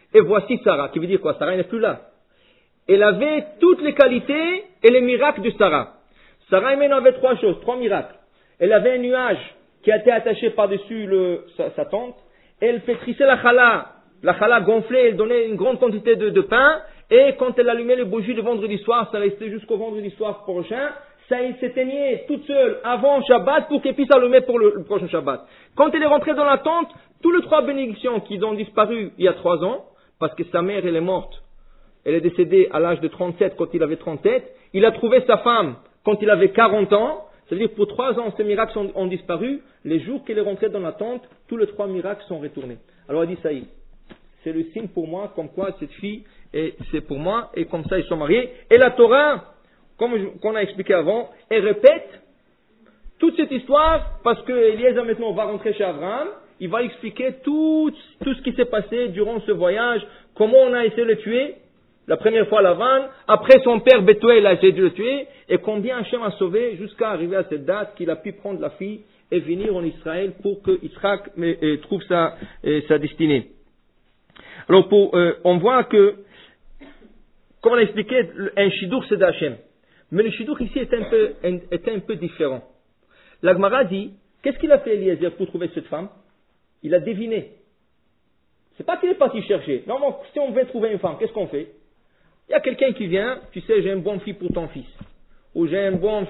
et voici Sarah. Qui veut dire quoi? Sarah n'est plus là. Elle avait toutes les qualités et les miracles de Sarah. Sarah maintenant avait trois choses, trois miracles. Elle avait un nuage qui a été attaché par-dessus sa tente. Elle pétrissait la challah gonflait, elle donnait une grande quantité de pain. Et quand elle allumait le bougie le vendredi soir, ça restait jusqu'au vendredi soir prochain. Ça s'éteignait toute seule avant Shabbat pour qu'elle puisse allumer pour le prochain Shabbat. Quand elle est rentrée dans la tente, tous les trois bénédictions qui ont disparu il y a 3 ans, parce que sa mère elle est morte, elle est décédée à l'âge de 37 quand il avait 37, il a trouvé sa femme quand il avait 40 ans, ça veut dire pour 3 ans ces miracles ont disparu, les jours qu'elle est rentrée dans la tente, tous les 3 miracles sont retournés. Alors elle dit ça y est, c'est le signe pour moi comme quoi cette fille, c'est pour moi, et comme ça ils sont mariés. Et la Torah, comme on a expliqué avant, elle répète toute cette histoire parce que Eliezer maintenant va rentrer chez Abraham, il va expliquer tout ce qui s'est passé durant ce voyage, comment on a essayé de le tuer, la première fois Lavan, après son père Bethuel a essayé de le tuer, et combien Hachem a sauvé jusqu'à arriver à cette date qu'il a pu prendre la fille et venir en Israël pour que Yitzhak trouve sa destinée. Alors on voit que, comme on a expliqué, un shidur c'est d'Hachem. Mais le shidur ici était un peu différent. La Gemara dit, qu'est-ce qu'il a fait Eliezer pour trouver cette femme? Il a deviné. C'est pas qu'il est parti chercher. Normalement, si on veut trouver une femme, qu'est-ce qu'on fait? Il y a quelqu'un qui vient, tu sais, j'ai un bon fille pour ton fils. Ou j'ai un bon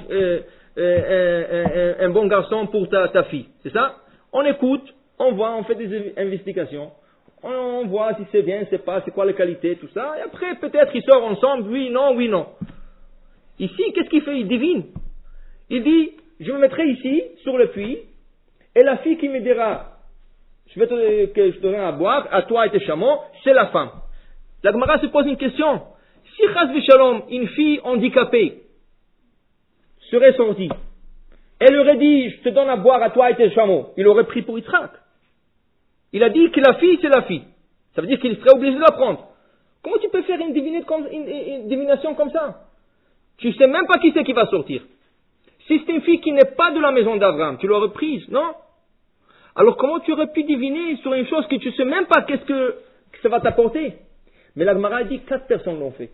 garçon pour ta fille. C'est ça? On écoute, on voit, on fait des investigations. On voit si c'est bien, c'est pas, c'est quoi les qualités, tout ça. Et après, peut-être, ils sortent ensemble, oui, non, oui, non. Ici, qu'est-ce qu'il fait? Il devine. Il dit, je me mettrai ici, sur le puits, et la fille qui me dira, que je te donne à boire, à toi et tes chameaux, c'est la femme. La Gemara se pose une question. Si Chas v'Shalom, une fille handicapée, serait sortie, elle aurait dit, je te donne à boire à toi et tes chameaux, il aurait pris pour Yitzhak. Il a dit que la fille, c'est la fille. Ça veut dire qu'il serait obligé de la prendre. Comment tu peux faire une divination comme ça? Tu sais même pas qui c'est qui va sortir. Si c'est une fille qui n'est pas de la maison d'Abraham, tu l'aurais prise, non? Alors comment tu aurais pu deviner sur une chose que tu sais même pas qu'est-ce que ça va t'apporter? Mais la Gemara dit 4 personnes l'ont fait.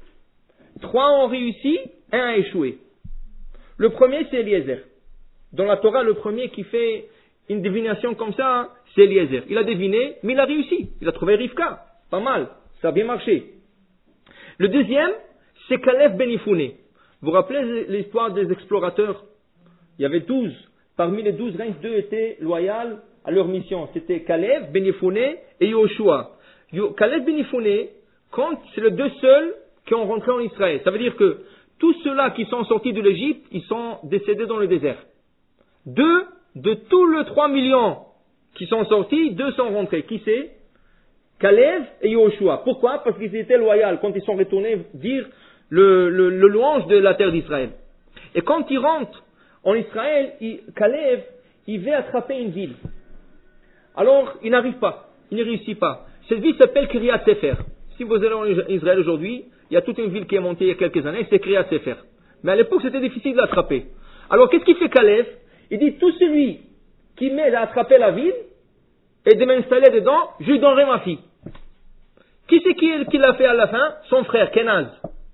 3 ont réussi, 1 a échoué. Le premier c'est Eliezer. Dans la Torah, le premier qui fait une divination comme ça, c'est Eliezer. Il a deviné, mais il a réussi. Il a trouvé Rivka. Pas mal. Ça a bien marché. Le deuxième, c'est Caleb ben Yifouné. Vous vous rappelez l'histoire des explorateurs? Il y avait 12. Parmi les 12 reines, 2 étaient loyaux à leur mission. C'était Caleb ben Yifouné et Yoshua. Caleb ben Yifouné, c'est les 2 seuls qui ont rentré en Israël. Ça veut dire que tous ceux-là qui sont sortis de l'Égypte, ils sont décédés dans le désert. 2 de tous les 3 millions qui sont sortis, 2 sont rentrés. Qui c'est? Caleb et Yoshua. Pourquoi? Parce qu'ils étaient loyaux quand ils sont retournés dire le louange de la terre d'Israël. Et quand ils rentrent en Israël, Caleb, il veut attraper une ville. Alors, il n'arrive pas. Il ne réussit pas. Cette ville s'appelle Kiryat Sefer. Si vous allez en Israël aujourd'hui, il y a toute une ville qui est montée il y a quelques années, c'est Kiryat Sefer. Mais à l'époque, c'était difficile de l'attraper. Alors, qu'est-ce qu'il fait Caleb? Il dit, tout celui qui m'aide à attraper la ville et de m'installer dedans, je lui donnerai ma fille. Qui c'est qui l'a fait à la fin? Son frère, Kenaz.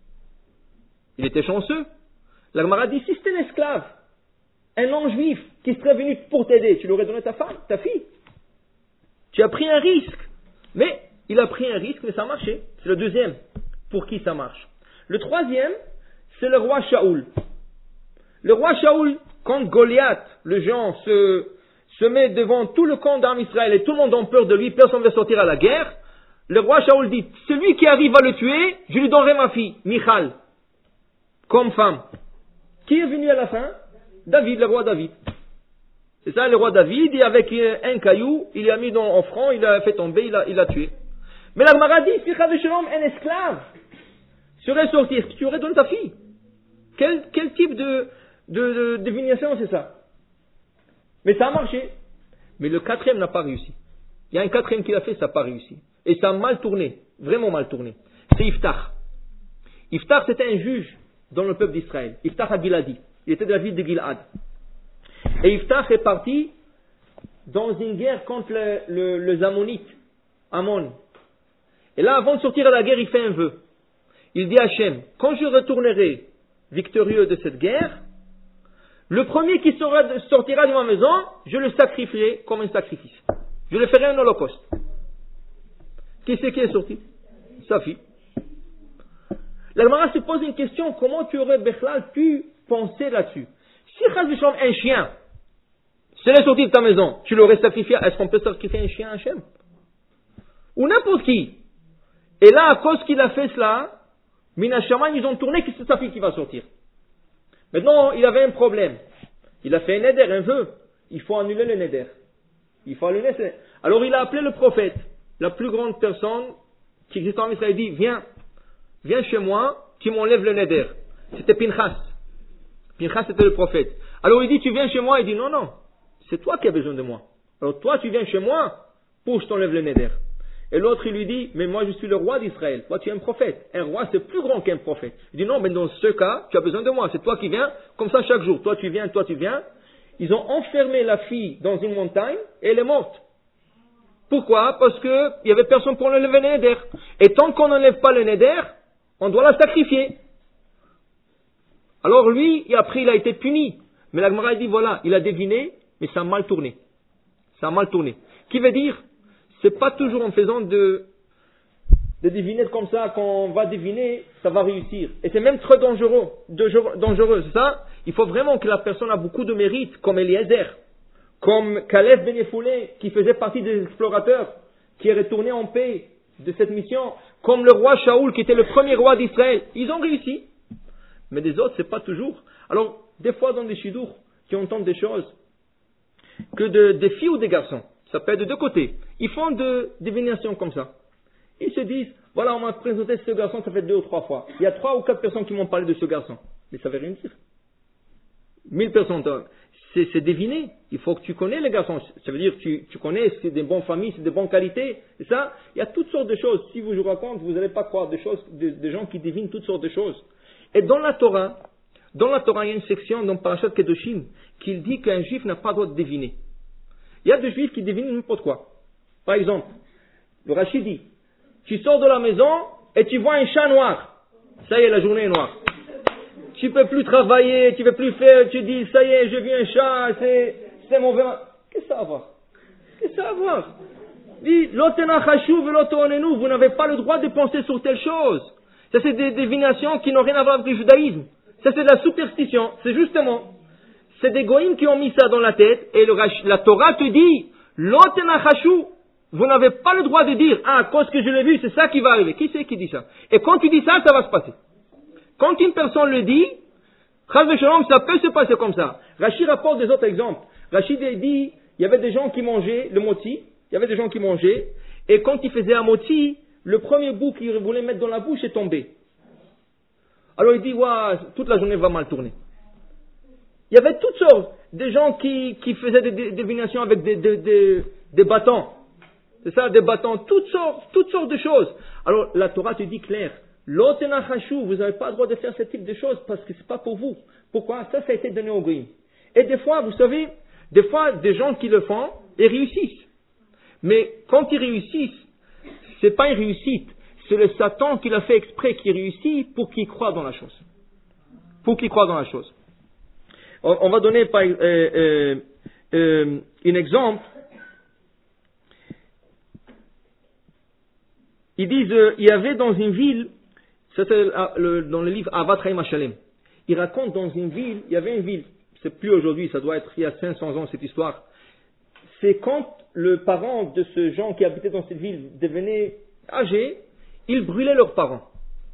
Il était chanceux. La Gemara dit, si c'était un esclave, un non-juif qui serait venu pour t'aider, tu lui aurais donné ta femme, ta fille. Tu as pris un risque. Mais il a pris un risque, mais ça a marché. C'est le deuxième pour qui ça marche. Le troisième, c'est le roi Shaoul. Le roi Shaoul, quand Goliath, le géant, se met devant tout le camp d'armes Israël et tout le monde a peur de lui, personne ne veut sortir à la guerre, le roi Shaoul dit, celui qui arrive à le tuer, je lui donnerai ma fille, Michal, comme femme. Qui est venu à la fin? David, le roi David. C'est ça, le roi David, et avec un caillou, il l'a mis en front, il l'a fait tomber, il l'a tué. Mais la Gemara dit, si Chav Shalom, un esclave, serait sorti, est-ce que tu aurais donné ta fille? Quel type de divination c'est ça? Mais ça a marché. Mais le 4e n'a pas réussi. Il y a un 4e qui l'a fait, ça n'a pas réussi. Et ça a mal tourné, vraiment mal tourné. C'est Iftar. Iftar, c'était un juge dans le peuple d'Israël. Iftar Habiladi. Il était de la ville de Gilad. Et Iftar est parti dans une guerre contre les Ammonites. Ammon. Et là, avant de sortir à la guerre, il fait un vœu. Il dit à Hachem, quand je retournerai victorieux de cette guerre, le premier qui sortira de ma maison, je le sacrifierai comme un sacrifice. Je le ferai un holocauste. Qui c'est qui est sorti? Sa fille. La Gemara se pose une question, comment tu aurais Bechlal pu penser là-dessus? Si Chazvishom, un chien, serait sorti de ta maison, tu l'aurais sacrifié, est-ce qu'on peut sacrifier un chien à Hachem? Ou n'importe qui. Et là, à cause qu'il a fait cela, Minachaman, ils ont tourné que c'est sa fille qui va sortir. Maintenant, il avait un problème. Il a fait un neder, un vœu. Il faut annuler le neder. Il faut annuler ce... Alors il a appelé le prophète, la plus grande personne qui existe en Israël, il dit, viens chez moi, tu m'enlèves le neder. C'était Pinchas. Pinchas c'était le prophète. Alors il dit, tu viens chez moi, il dit, non, c'est toi qui as besoin de moi. Alors toi, tu viens chez moi pour que je t'enlève le neder. Et l'autre, il lui dit, mais moi, je suis le roi d'Israël. Toi, tu es un prophète. Un roi, c'est plus grand qu'un prophète. Il dit, non, mais dans ce cas, tu as besoin de moi. C'est toi qui viens, comme ça, chaque jour. Toi, tu viens. Ils ont enfermé la fille dans une montagne et elle est morte. Pourquoi? Parce que il y avait personne pour enlever le neder. Et tant qu'on n'enlève pas le neder, on doit la sacrifier. Alors lui, et après, il a été puni. Mais la Gemara dit, voilà, il a deviné, mais ça a mal tourné. Qui veut dire, c'est pas toujours en faisant de deviner comme ça qu'on va deviner, ça va réussir. Et c'est même très dangereux, c'est ça? Il faut vraiment que la personne a beaucoup de mérite, comme Eliezer, comme Caleb Ben Yefoulé, qui faisait partie des explorateurs, qui est retourné en paix de cette mission, comme le roi Shaoul, qui était le premier roi d'Israël. Ils ont réussi. Mais des autres, c'est pas toujours. Alors, des fois, dans des chidours, qui entendent des choses, que des filles ou des garçons, ça peut être de deux côtés. Ils font de divination comme ça. Ils se disent, voilà, on m'a présenté ce garçon, ça fait 2 ou 3 fois. Il y a 3 ou 4 personnes qui m'ont parlé de ce garçon. Mais ça veut rien dire. 1000 personnes, c'est deviner. Il faut que tu connais les garçons. Ça veut dire que tu connais, c'est des bonnes familles, c'est des bonnes qualités. Et ça, il y a toutes sortes de choses. Si je vous raconte, vous n'allez pas croire des choses, des gens qui devinent toutes sortes de choses. Et dans la Torah, il y a une section dans Parashat Kedoshim qui dit qu'un juif n'a pas le droit de deviner. Il y a des juifs qui devinent n'importe quoi. Par exemple, le Rashi dit, tu sors de la maison et tu vois un chat noir. Ça y est, la journée est noire. Tu peux plus travailler, tu peux plus faire, tu dis, ça y est, j'ai vu un chat, c'est mauvais. Qu'est-ce que ça a à voir? Dit, vous n'avez pas le droit de penser sur telle chose. Ça, c'est des divinations qui n'ont rien à voir avec le judaïsme. Ça, c'est de la superstition. C'est justement, c'est des goïms qui ont mis ça dans la tête, et la Torah te dit, vous n'avez pas le droit de dire, à cause que je l'ai vu, c'est ça qui va arriver. Qui c'est qui dit ça? Et quand tu dis ça, ça va se passer. Quand une personne le dit, ça peut se passer comme ça. Rachid rapporte des autres exemples. Rachid dit, il y avait des gens qui mangeaient le moti, et quand ils faisaient un moti, le premier bout qu'ils voulaient mettre dans la bouche est tombé. Alors il dit, toute la journée va mal tourner. Il y avait toutes sortes de gens qui faisaient des divinations avec des bâtons. C'est ça, des bâtons, toutes sortes de choses. Alors la Torah te dit clair, vous n'avez pas le droit de faire ce type de choses parce que c'est pas pour vous. Pourquoi? Ça a été donné au Goïm. Et des fois, vous savez, des gens qui le font, ils réussissent. Mais quand ils réussissent, c'est pas une réussite. C'est le Satan qui l'a fait exprès, qui réussit pour qu'il croie dans la chose. On va donner un exemple. Ils disent, il y avait dans une ville, ça c'est dans le livre Avat Chaim HaShalem, il raconte dans une ville, il y avait une ville, c'est plus aujourd'hui, ça doit être il y a 500 ans cette histoire. C'est quand le parent de ce gens qui habitait dans cette ville devenait âgé, ils brûlaient leurs parents.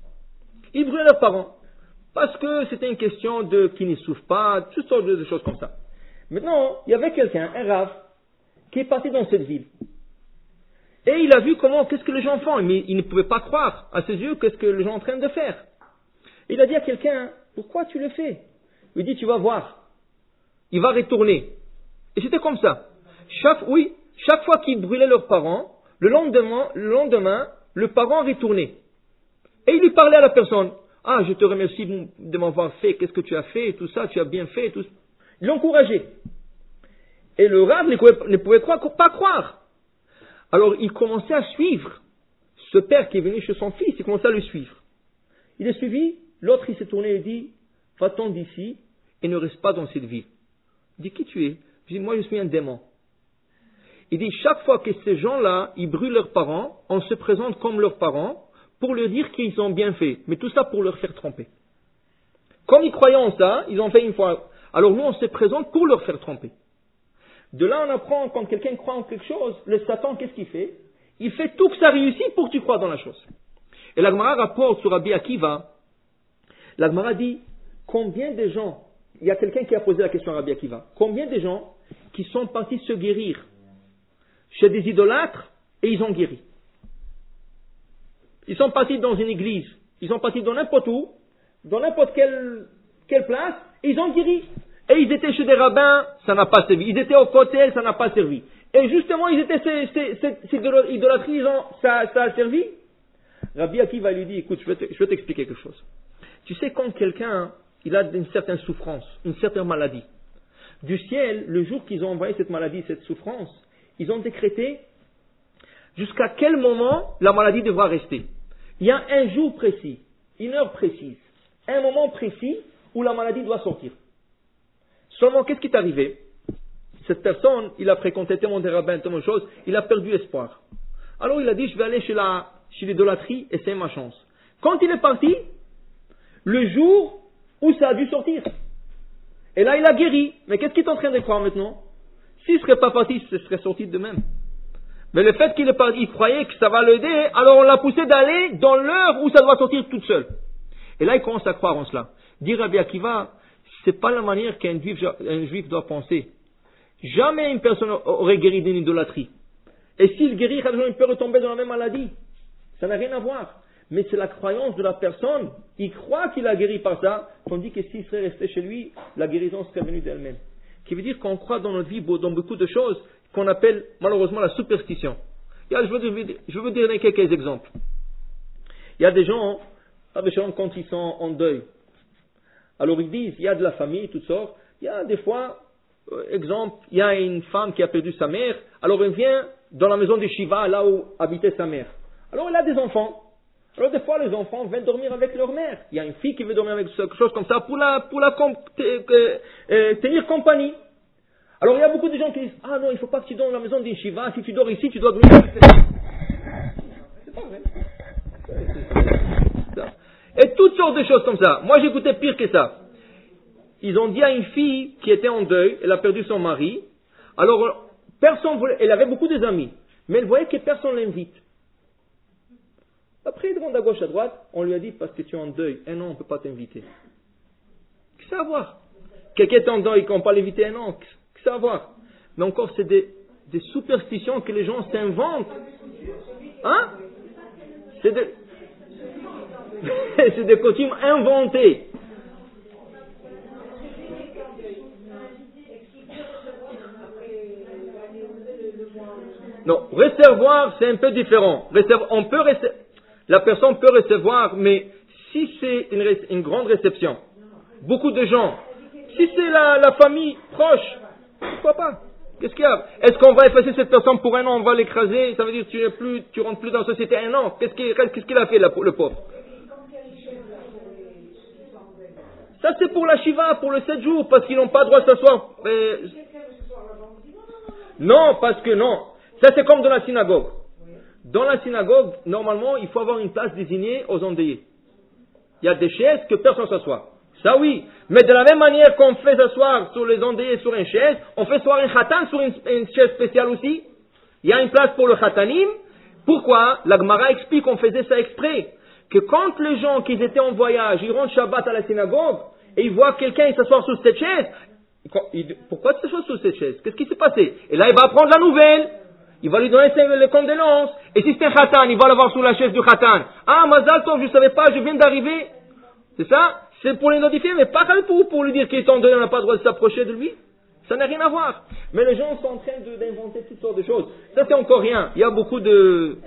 Parce que c'était une question qui ne souffre pas, toutes sortes de choses comme ça. Maintenant, il y avait quelqu'un, un Rav, qui est parti dans cette ville. Et il a vu qu'est-ce que les gens font, mais il ne pouvait pas croire à ses yeux qu'est-ce que les gens sont en train de faire. Il a dit à quelqu'un, pourquoi tu le fais? Il dit, tu vas voir. Il va retourner. Et c'était comme ça. Chaque fois qu'ils brûlaient leurs parents, le lendemain, le parent retournait. Et il lui parlait à la personne. Ah, je te remercie de m'avoir fait, qu'est-ce que tu as fait, tout ça, tu as bien fait, tout ça. Il l'encourageait. Et le Rav ne pouvait pas croire. Alors il commençait à suivre ce père qui est venu chez son fils, il commence à le suivre. Il est suivi, l'autre il s'est tourné et dit, va-t'en d'ici et ne reste pas dans cette ville. Il dit, qui tu es? Je dis, moi je suis un démon. Il dit, chaque fois que ces gens-là, ils brûlent leurs parents, on se présente comme leurs parents pour leur dire qu'ils ont bien fait. Mais tout ça pour leur faire tromper. Comme ils croyaient en ça, ils ont fait une fois. Alors nous, on se présente pour leur faire tromper. De là, on apprend, quand quelqu'un croit en quelque chose, le Satan, qu'est-ce qu'il fait? Il fait tout que ça réussit pour que tu crois dans la chose. Et la Gemara rapporte sur Rabbi Akiva, la Gemara dit, combien de gens, il y a quelqu'un qui a posé la question à Rabbi Akiva, combien de gens qui sont partis se guérir chez des idolâtres et ils ont guéri. Ils sont partis dans une église, ils sont partis dans n'importe où, dans n'importe quelle place, et ils ont guéri. Et ils étaient chez des rabbins, ça n'a pas servi. Ils étaient au cotel, ça n'a pas servi. Et justement, ils étaient cette idolâtrie, ça a servi. Rabbi Akiva lui dit, écoute, je vais t'expliquer quelque chose. Tu sais, quand quelqu'un, il a une certaine souffrance, une certaine maladie, du ciel, le jour qu'ils ont envoyé cette maladie, cette souffrance, ils ont décrété jusqu'à quel moment la maladie devra rester. Il y a un jour précis, une heure précise, un moment précis où la maladie doit sortir. Seulement, qu'est-ce qui est arrivé? Cette personne, il a fréquenté tellement des rabbins, tellement de choses, il a perdu espoir. Alors il a dit, je vais aller chez l'idolâtrie et c'est ma chance. Quand il est parti, le jour où ça a dû sortir. Et là, il a guéri. Mais qu'est-ce qu'il est en train de croire maintenant? S'il ne serait pas parti, ce serait sorti de même. Mais le fait qu'il est parti, il croyait que ça va l'aider, alors on l'a poussé d'aller dans l'heure où ça doit sortir toute seule. Et là, il commence à croire en cela. Dire Rabbi Akiva, c'est pas la manière qu'un juif doit penser. Jamais une personne aurait guéri d'une idolâtrie. Et s'il guérit, il peut retomber dans la même maladie. Ça n'a rien à voir. Mais c'est la croyance de la personne. Il croit qu'il a guéri par ça, tandis que s'il serait resté chez lui, la guérison serait venue d'elle-même. Ce qui veut dire qu'on croit dans notre vie, dans beaucoup de choses, qu'on appelle malheureusement la superstition. Je vais vous donner quelques exemples. Il y a des gens quand ils sont en deuil. Alors ils disent, il y a de la famille, toutes sortes. Il y a des fois, exemple, il y a une femme qui a perdu sa mère. Alors elle vient dans la maison de Shiva, là où habitait sa mère. Alors elle a des enfants. Alors des fois les enfants viennent dormir avec leur mère. Il y a une fille qui veut dormir avec quelque chose comme ça pour tenir compagnie. Alors il y a beaucoup de gens qui disent, ah non, il ne faut pas que tu dors dans la maison d'une Shiva. Si tu dors ici, tu dois dormir avec cette femme. C'est pas vrai. Et toutes sortes de choses comme ça. Moi, j'écoutais pire que ça. Ils ont dit à une fille qui était en deuil, elle a perdu son mari. Alors, personne voulait, elle avait beaucoup d'amis, mais elle voyait que personne l'invite. Après, il demande à gauche, à droite, on lui a dit, parce que tu es en deuil, non, on ne peut pas t'inviter. Qu'est-ce que ça a à voir? Quelqu'un est en deuil, qu'on ne peut pas l'inviter, non, qu'est-ce que ça a à voir? Mais encore, c'est des superstitions que les gens s'inventent. Hein? C'est des coutumes inventées. Non, recevoir, c'est un peu différent. La personne peut recevoir, mais si c'est une grande réception, beaucoup de gens, si c'est la famille proche, pourquoi pas? Qu'est-ce qu'il y a? Est-ce qu'on va effacer cette personne pour un an, on va l'écraser? Ça veut dire que tu rentres plus dans la société un an. Qu'est-ce qu'il a fait, le pauvre? Ça c'est pour la Shiva, pour le 7 jours, parce qu'ils n'ont pas le droit de s'asseoir. Non, parce que non. Ça c'est comme dans la synagogue. Dans la synagogue, normalement, il faut avoir une place désignée aux endeuillés. Il y a des chaises que personne ne s'assoit. Ça oui. Mais de la même manière qu'on fait s'asseoir sur les endeuillés sur une chaise, on fait s'asseoir un khatan sur une chaise spéciale aussi. Il y a une place pour le khatanim. Pourquoi? La Gemara explique qu'on faisait ça exprès. Que quand les gens qui étaient en voyage, ils rentrent Shabbat à la synagogue, et ils voient quelqu'un s'asseoir sur cette chaise, pourquoi tu t'assois sur cette chaise? Qu'est-ce qui s'est passé? Et là, il va apprendre la nouvelle. Il va lui donner les condoléances. Et si c'est un khatan, il va l'avoir sous la chaise du khatan. Ah, Mazal Tov, je ne savais pas, je viens d'arriver. C'est ça? C'est pour les notifier, mais pas pour lui dire qu'il est en deuil, on n'a pas le droit de s'approcher de lui. Ça n'a rien à voir. Mais les gens sont en train d'inventer toutes sortes de choses. Ça, c'est encore rien. Il y a beaucoup de...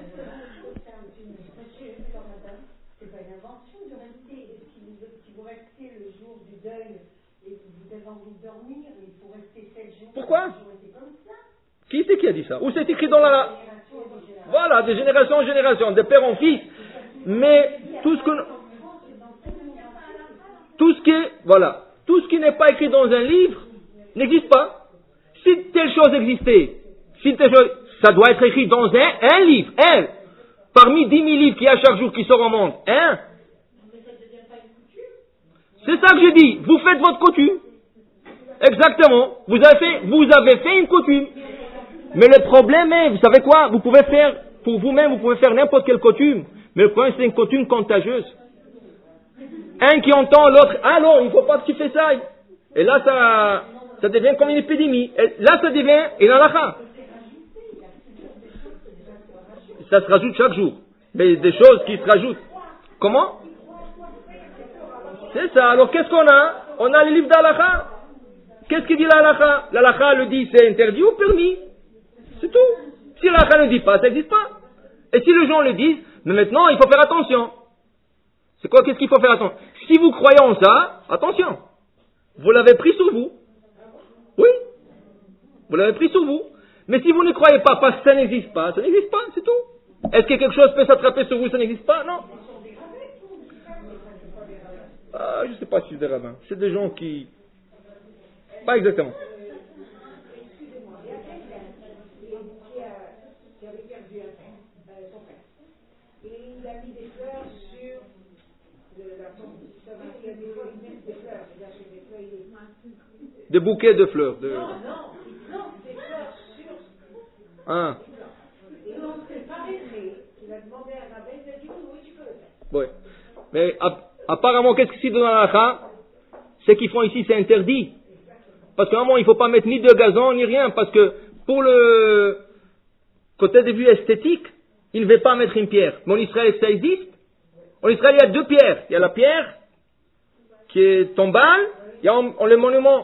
Pourquoi? Qui c'est qui a dit ça? Où c'est écrit dans la... Voilà, de génération en génération, de père en fils. Mais tout ce qui n'est pas écrit dans un livre n'existe pas. Si telle chose existait, ça doit être écrit dans un livre, un. Parmi 10 000 livres qu'il y a chaque jour qui sortent au monde, un. C'est ça que je dis. Vous faites votre coutume. Exactement. Vous avez fait une coutume. Mais le problème est, vous savez quoi? Vous pouvez faire, pour vous-même, vous pouvez faire n'importe quelle coutume. Mais le problème, c'est une coutume contagieuse. Un qui entend l'autre, ah non, il ne faut pas que tu fais ça. Et là, ça devient comme une épidémie. Et là, ça devient une halakha. Ça se rajoute chaque jour. Mais des choses qui se rajoutent. Comment? C'est ça. Alors, qu'est-ce qu'on a? On a les livres d'halakha. Qu'est-ce qu'il dit l'halakha? L'halakha le dit, c'est interdit ou permis. C'est tout. Si l'halakha ne dit pas, ça n'existe pas. Et si les gens le disent, mais maintenant, il faut faire attention. C'est quoi? Qu'est-ce qu'il faut faire attention? Si vous croyez en ça, attention. Vous l'avez pris sur vous. Oui. Vous l'avez pris sur vous. Mais si vous ne croyez pas parce que ça n'existe pas, c'est tout. Est-ce que quelque chose peut s'attraper sur vous, ça n'existe pas? Non. Je ne sais pas si c'est des rabbins. C'est des gens qui... Pas exactement. Excusez-moi, il y a quelqu'un qui avait perdu son frère. Et il a mis des fleurs sur la tombe. Ça veut dire des fois, il met des fleurs. Il achète des fleurs. Des bouquets de fleurs. Non, il plante des fleurs sur... Ah. Et donc, c'est pas réglé. Il a demandé à un rabbin, il a dit oui, tu peux le faire. Oui. Mais apparemment, qu'est-ce qu'ils disent dans la halakha? Ce qu'ils font ici, c'est interdit. Parce qu'à un moment, il ne faut pas mettre ni de gazon, ni rien. Parce que pour le côté de vue esthétique, il ne veut pas mettre une pierre. Mais en Israël, ça existe. En Israël, il y a deux pierres. Il y a la pierre qui est tombale. Il y a le monument.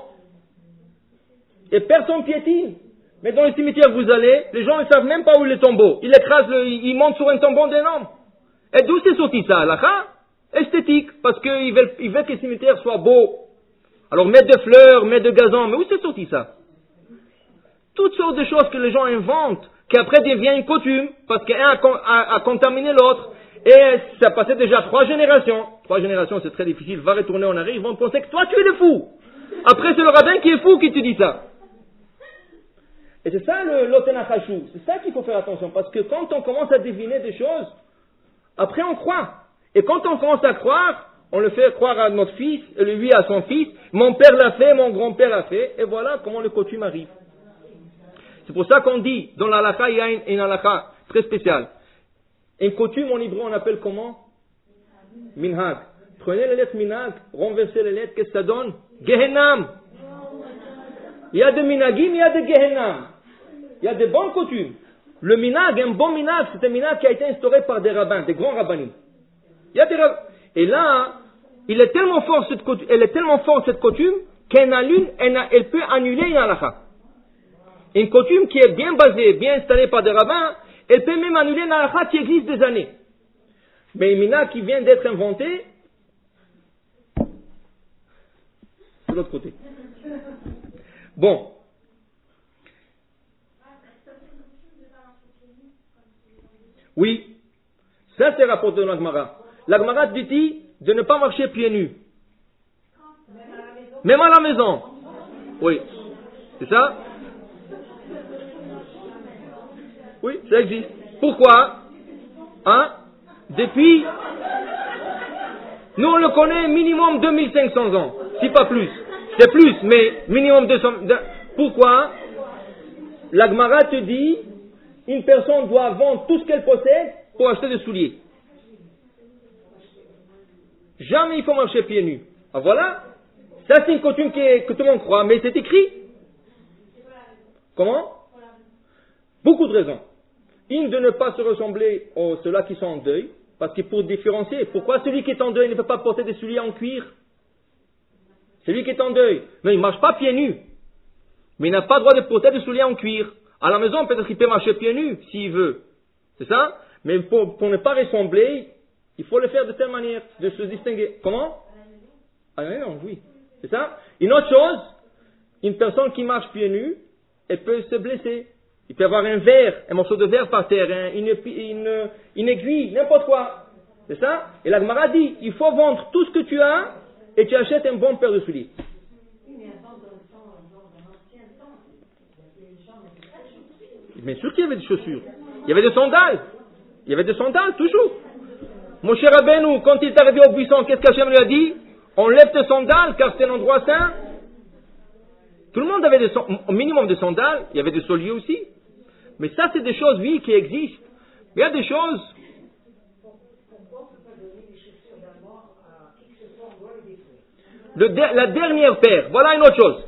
Et personne piétine. Mais dans les cimetières, vous allez, les gens ne savent même pas où est le tombeau. Ils écrasent, ils montent sur un tombeau d'énorme. Et d'où c'est sorti ça, halakha? Esthétique. Parce qu'ils veulent que les cimetières soient beaux. Alors, mettre de fleurs, mettre de gazon, mais où c'est sorti ça? Toutes sortes de choses que les gens inventent, qui après deviennent une coutume, parce qu'un a contaminé l'autre, et ça passait déjà 3 générations. 3 générations, c'est très difficile, va retourner en arrière, ils vont penser que toi, tu es le fou. Après, c'est le rabbin qui est fou qui te dit ça. Et c'est ça l'otenachashou, c'est ça qu'il faut faire attention, parce que quand on commence à deviner des choses, après on croit. Et quand on commence à croire, on le fait croire à notre fils, et lui à son fils, mon père l'a fait, mon grand-père l'a fait, et voilà comment le coutume arrive. C'est pour ça qu'on dit, dans la halakha, il y a une halakha très spéciale. Une coutume en hébreu, on appelle comment? Minhag. Prenez les lettres minhag, renversez les lettres, qu'est-ce que ça donne? Gehennam. Il y a des minhagim, il y a des gehennam. Il y a des bonnes coutumes. Le minhag, un bon minhag, c'est un minhag qui a été instauré par des rabbins, des grands rabbinim. Il y a des rabbins. Et là, elle est tellement forte cette coutume qu'elle peut annuler une halakha. Une coutume qui est bien basée, bien installée par des rabbins, elle peut même annuler une halakha qui existe des années. Mais une minhag qui vient d'être inventée, c'est l'autre côté. Bon. Oui. Ça, c'est rapporté dans la Gemara. La Gemara dit de ne pas marcher pieds nus. Même à la maison. Oui. C'est ça? Oui, ça existe. Pourquoi? Depuis, nous on le connaît minimum 2500 ans. Si pas plus. C'est plus, mais minimum 200. Pourquoi? La Gemara te dit, une personne doit vendre tout ce qu'elle possède pour acheter des souliers. Jamais il faut marcher pieds nus. Ah voilà. Ça c'est une coutume que tout le monde croit, mais c'est écrit. Comment? Beaucoup de raisons. Une, de ne pas se ressembler à ceux-là qui sont en deuil, parce que pour différencier, pourquoi celui qui est en deuil ne peut pas porter des souliers en cuir? Celui qui est en deuil, mais il ne marche pas pieds nus. Mais il n'a pas le droit de porter des souliers en cuir. À la maison, peut-être qu'il peut marcher pieds nus, s'il veut. C'est ça? Mais pour ne pas ressembler, il faut le faire de telle manière, de se distinguer. Comment? Ah non, oui. C'est ça? Une autre chose, une personne qui marche pieds nus, elle peut se blesser. Il peut y avoir un verre, un morceau de verre par terre, une aiguille, n'importe quoi. C'est ça? Et la Gemara dit, il faut vendre tout ce que tu as et tu achètes un bon paire de souliers. Bien sûr qu'il y avait des chaussures. Il y avait des sandales. Il y avait des sandales, toujours. Mon cher Rabbeinu, quand il est arrivé au buisson, qu'est-ce qu'Hachem lui a dit? On lève tes sandales car c'est un endroit saint. Tout le monde avait au minimum de sandales. Il y avait des souliers aussi. Mais ça, c'est des choses, oui, qui existent. Mais il y a des choses. La dernière paire, voilà une autre chose.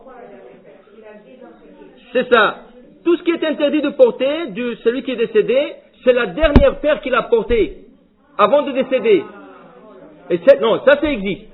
C'est ça. Tout ce qui est interdit de porter, de celui qui est décédé, c'est la dernière paire qu'il a portée, avant de décéder. Et non, ça existe.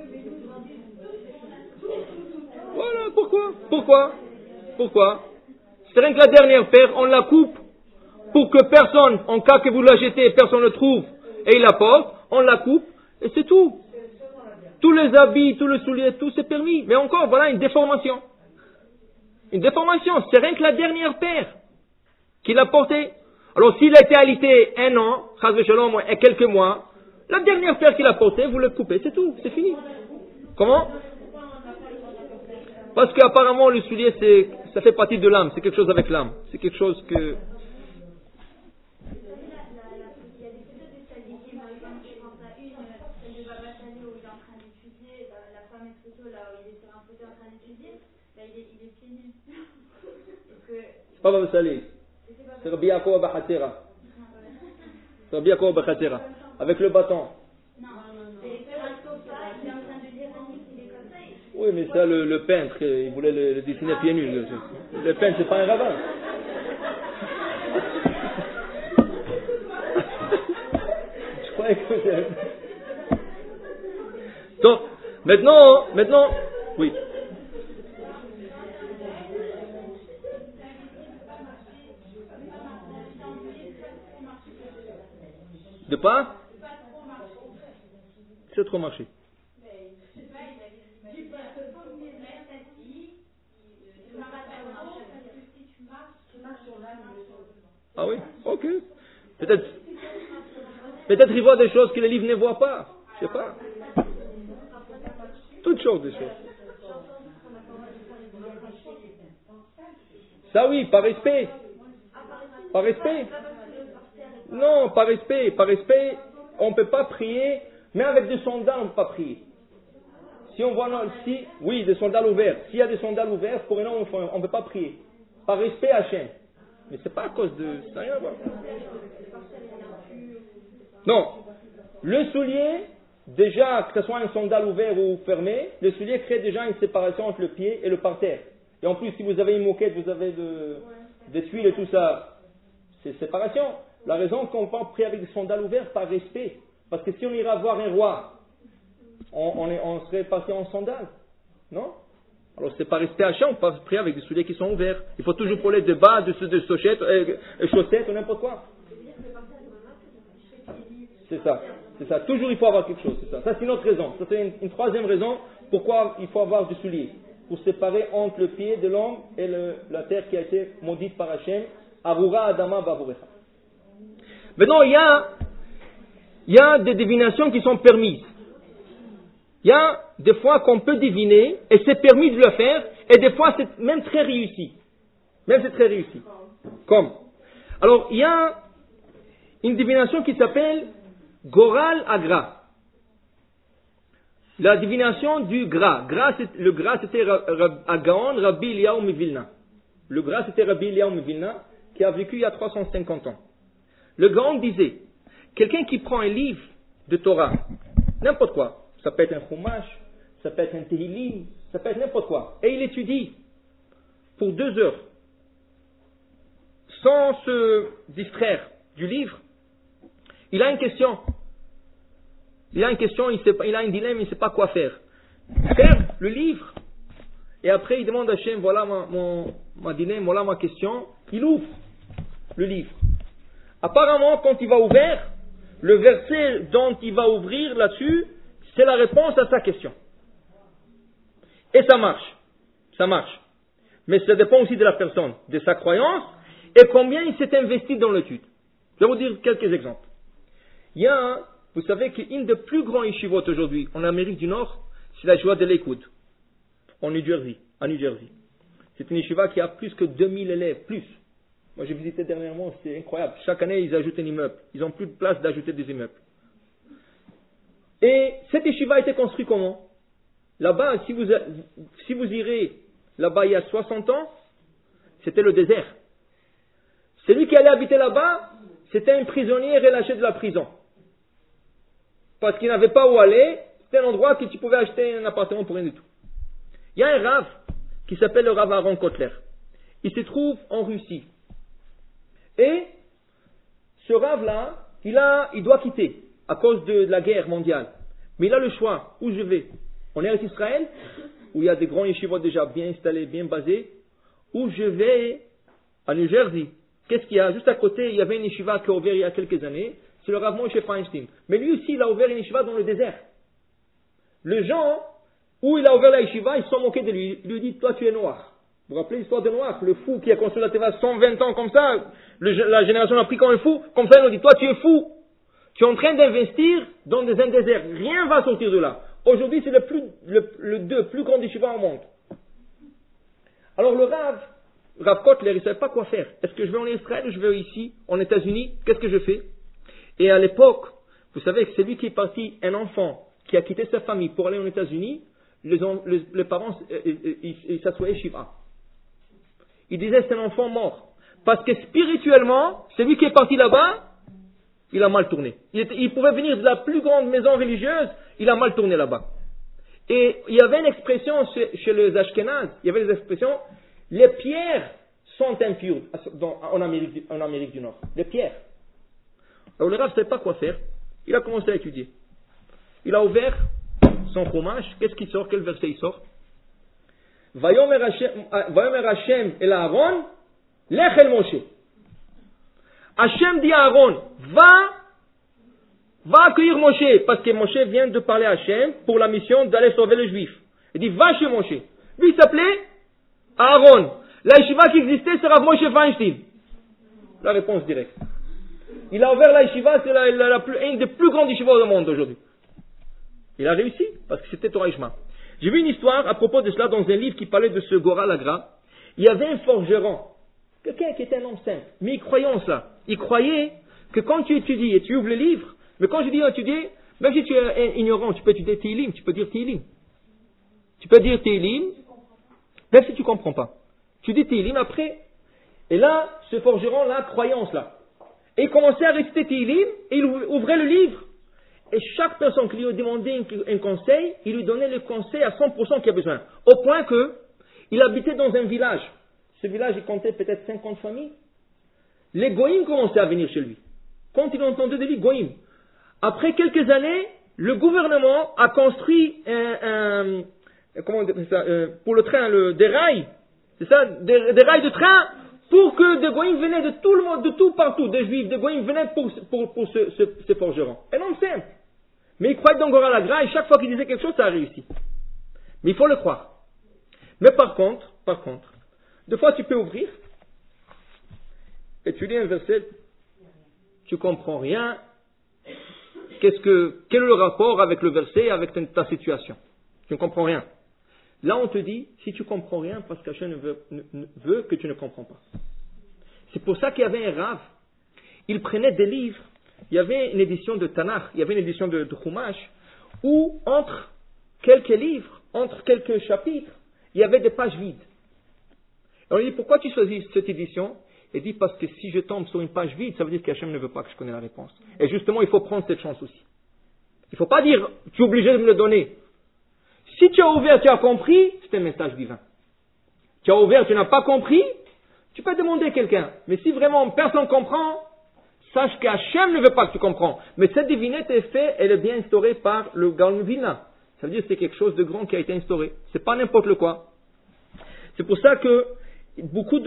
Voilà, pourquoi? C'est rien que la dernière paire, on la coupe, pour que personne, en cas que vous la jetez, personne ne le trouve, et il la porte, on la coupe, et c'est tout. Tous les habits, tous les souliers, tout c'est permis. Mais encore, voilà une déformation. Une déformation, c'est rien que la dernière paire qu'il a portée. Alors s'il a été alité 1 an, chas v'shalom, et quelques mois, la dernière paire qu'il a portée, vous le coupez, c'est tout, c'est fini. Comment? Parce qu'apparemment le soulier, ça fait partie de l'âme, c'est quelque chose avec l'âme. C'est quelque chose que... C'est pas Baba Salih. C'est Rabbi Yaakov Bachatera. C'est Rabbi Yaakov Bachatera. Avec le bâton. Oui, mais ça, le peintre, il voulait le dessiner pieds nus. Le peintre, c'est pas un rabbin. Je croyais que c'était... Donc, maintenant, oui. De pas? C'est trop marché. Ah oui? Ok. Peut-être il voit des choses que les livres ne voient pas. Je sais pas. Toutes choses, des choses. Ça oui, par respect. Par respect. Non, par respect, on ne peut pas prier, mais avec des sandales, on ne peut pas prier. Si on voit, oui, des sandales ouverts. S'il y a des sandales ouverts, pour un homme, on ne peut pas prier. Par respect à Hachem. Mais c'est pas à cause de... Ça n'a rien à voir. Non. Le soulier, déjà, que ce soit un sandal ouvert ou fermé, le soulier crée déjà une séparation entre le pied et le parterre. Et en plus, si vous avez une moquette, vous avez des tuiles et tout ça, c'est séparation. La raison qu'on va prier avec des sandales ouverts, par respect. Parce que si on ira voir un roi, on serait parti en sandales. Non? Alors c'est par respect à Hachem, on peut prier avec des souliers qui sont ouverts. Il faut toujours parler de bas, de chaussettes ou n'importe quoi. C'est ça. Toujours il faut avoir quelque chose. Ça c'est une autre raison. Ça c'est une troisième raison pourquoi il faut avoir des souliers. Pour séparer entre le pied de l'homme et la terre qui a été maudite par Hachem. Arura Adama Bavurecha. Maintenant, il y a des divinations qui sont permises. Il y a des fois qu'on peut deviner, et c'est permis de le faire, et des fois c'est même très réussi. Comme? Alors, il y a une divination qui s'appelle Goral Agra. La divination du Gra. Le Gra, c'était Agaon Rabbi Eliyahu Mivilna. Le Gra, c'était Rabbi Eliyahu Mivilna, qui a vécu il y a 350 ans. Le Gaon disait, quelqu'un qui prend un livre de Torah, n'importe quoi, ça peut être un Chumash, ça peut être un Tehillim, ça peut être n'importe quoi, et il étudie pour 2 heures, sans se distraire du livre, il a une question, il a un dilemme, il ne sait pas quoi faire. Ferme le livre, et après il demande à Hachem, voilà ma dilemme, voilà ma question, il ouvre le livre. Apparemment, quand il va ouvrir, le verset dont il va ouvrir là-dessus, c'est la réponse à sa question. Et ça marche. Mais ça dépend aussi de la personne, de sa croyance et combien il s'est investi dans l'étude. Je vais vous dire quelques exemples. Il y a, vous savez qu'une des plus grands yeshivot aujourd'hui en Amérique du Nord, c'est la yeshiva de Lakewood, en New Jersey, à New Jersey. C'est une yeshiva qui a plus que 2000 élèves, plus. Moi j'ai visité dernièrement, c'est incroyable. Chaque année ils ajoutent un immeuble. Ils n'ont plus de place d'ajouter des immeubles. Et cette yeshiva a été construite comment? Là-bas, si vous irez là-bas il y a 60 ans, c'était le désert. Celui qui allait habiter là-bas, c'était un prisonnier relâché de la prison. Parce qu'il n'avait pas où aller, c'était un endroit que tu pouvais acheter un appartement pour rien du tout. Il y a un rave qui s'appelle le rave Aaron Kotler. Il se trouve en Russie. Et ce rave-là, il doit quitter à cause de la guerre mondiale. Mais il a le choix. Où je vais? On est à Israël, où il y a des grands yeshivot déjà bien installés, bien basés. Ou je vais à New Jersey. Qu'est-ce qu'il y a? Juste à côté, il y avait une yeshiva qui a ouvert il y a quelques années. C'est le Rav Moshe Feinstein. Mais lui aussi, il a ouvert une yeshiva dans le désert. Les gens, où il a ouvert la yeshiva, ils se sont moqués de lui. Il lui dit, toi tu es noir. Vous vous rappelez l'histoire de Noir? Le fou qui a construit la Teva 120 ans comme ça. La génération l'a pris comme un fou. Comme ça, il nous dit, toi tu es fou. Tu es en train d'investir dans un désert. Rien ne va sortir de là. Aujourd'hui, c'est le deux plus grand yeshiva au monde. Alors le Rav Kotler, il ne savait pas quoi faire. Est-ce que je vais en Israël ou je vais ici, en États-Unis? Qu'est-ce que je fais? Et à l'époque, vous savez que c'est lui qui est parti, un enfant qui a quitté sa famille pour aller aux États-Unis, les parents, ils s'assoyaient Shiva. Ils disaient c'est un enfant mort. Parce que spirituellement, celui qui est parti là-bas, il a mal tourné. Il pouvait venir de la plus grande maison religieuse, il a mal tourné là-bas. Et il y avait une expression chez les Ashkénazes, il y avait des expressions, les pierres sont impures en Amérique du Nord. Les pierres. Alors le Rav ne savait pas quoi faire. Il a commencé à étudier. Il a ouvert son chumash. Qu'est-ce qui sort? Quel verset il sort? Vayomer Hashem el Aaron, lech el Moshe. Hashem dit à Aaron, va accueillir Moshe, parce que Moshe vient de parler à Hashem pour la mission d'aller sauver les Juifs. Il dit, va chez Moshe. Lui, il s'appelait Aaron. La yeshiva qui existait sera Moshe Feinstein. La réponse directe. Il a ouvert la yeshiva, c'est une des plus grandes yeshivas du monde aujourd'hui. Il a réussi, parce que c'était Torah Ishma. J'ai vu une histoire à propos de cela dans un livre qui parlait de ce Gora Lagra. Il y avait un forgeron, quelqu'un qui était un homme simple, mais il croyait en cela. Il croyait que quand tu étudies et tu ouvres le livre, mais quand je dis étudier, même si tu es ignorant, tu peux étudier Tehillim, tu peux dire Tehillim. Tu peux dire Tehillim, même si tu ne comprends pas. Tu dis Tehillim après, et là, ce forgeron-là croyait en cela. Et il commençait à réciter Tehillim, et il ouvrait le livre. Et chaque personne qui lui demandait un conseil, il lui donnait le conseil à 100% qu'il a besoin. Au point que, il habitait dans un village. Ce village, il comptait peut-être 50 familles. Les goïms commençaient à venir chez lui. Quand il entendait de lui, goïms. Après quelques années, le gouvernement a construit comment on dit ça, pour le train, des rails. C'est ça, des rails de train, pour que des goïms venaient de tout le monde, de tout partout, des juifs, des goïms venaient pour ce forgeron. Un homme simple. Mais il croyait dans Gora Lagra et chaque fois qu'il disait quelque chose, ça a réussi. Mais il faut le croire. Mais par contre, des fois tu peux ouvrir, et tu lis un verset, tu comprends rien. Quel est le rapport avec le verset, avec ta situation? Tu ne comprends rien. Là, on te dit, si tu ne comprends rien, parce qu'Hachem veut que tu ne comprends pas. C'est pour ça qu'il y avait un Rav. Il prenait des livres. Il y avait une édition de Tanakh, il y avait une édition de Chumash, où entre quelques livres, entre quelques chapitres, il y avait des pages vides. Et on lui dit, pourquoi tu choisis cette édition? Il dit, parce que si je tombe sur une page vide, ça veut dire qu'Hachem ne veut pas que je connaisse la réponse. Et justement, il faut prendre cette chance aussi. Il ne faut pas dire, tu es obligé de me le donner. Si tu as ouvert, tu as compris, c'est un message divin. Tu as ouvert, tu n'as pas compris, tu peux demander à quelqu'un. Mais si vraiment personne ne comprend, sache qu'Hachem ne veut pas que tu comprends. Mais cette divinette est faite, elle est bien instaurée par le Gaon Vilna. Ça veut dire que c'est quelque chose de grand qui a été instauré. C'est pas n'importe le quoi. C'est pour ça que il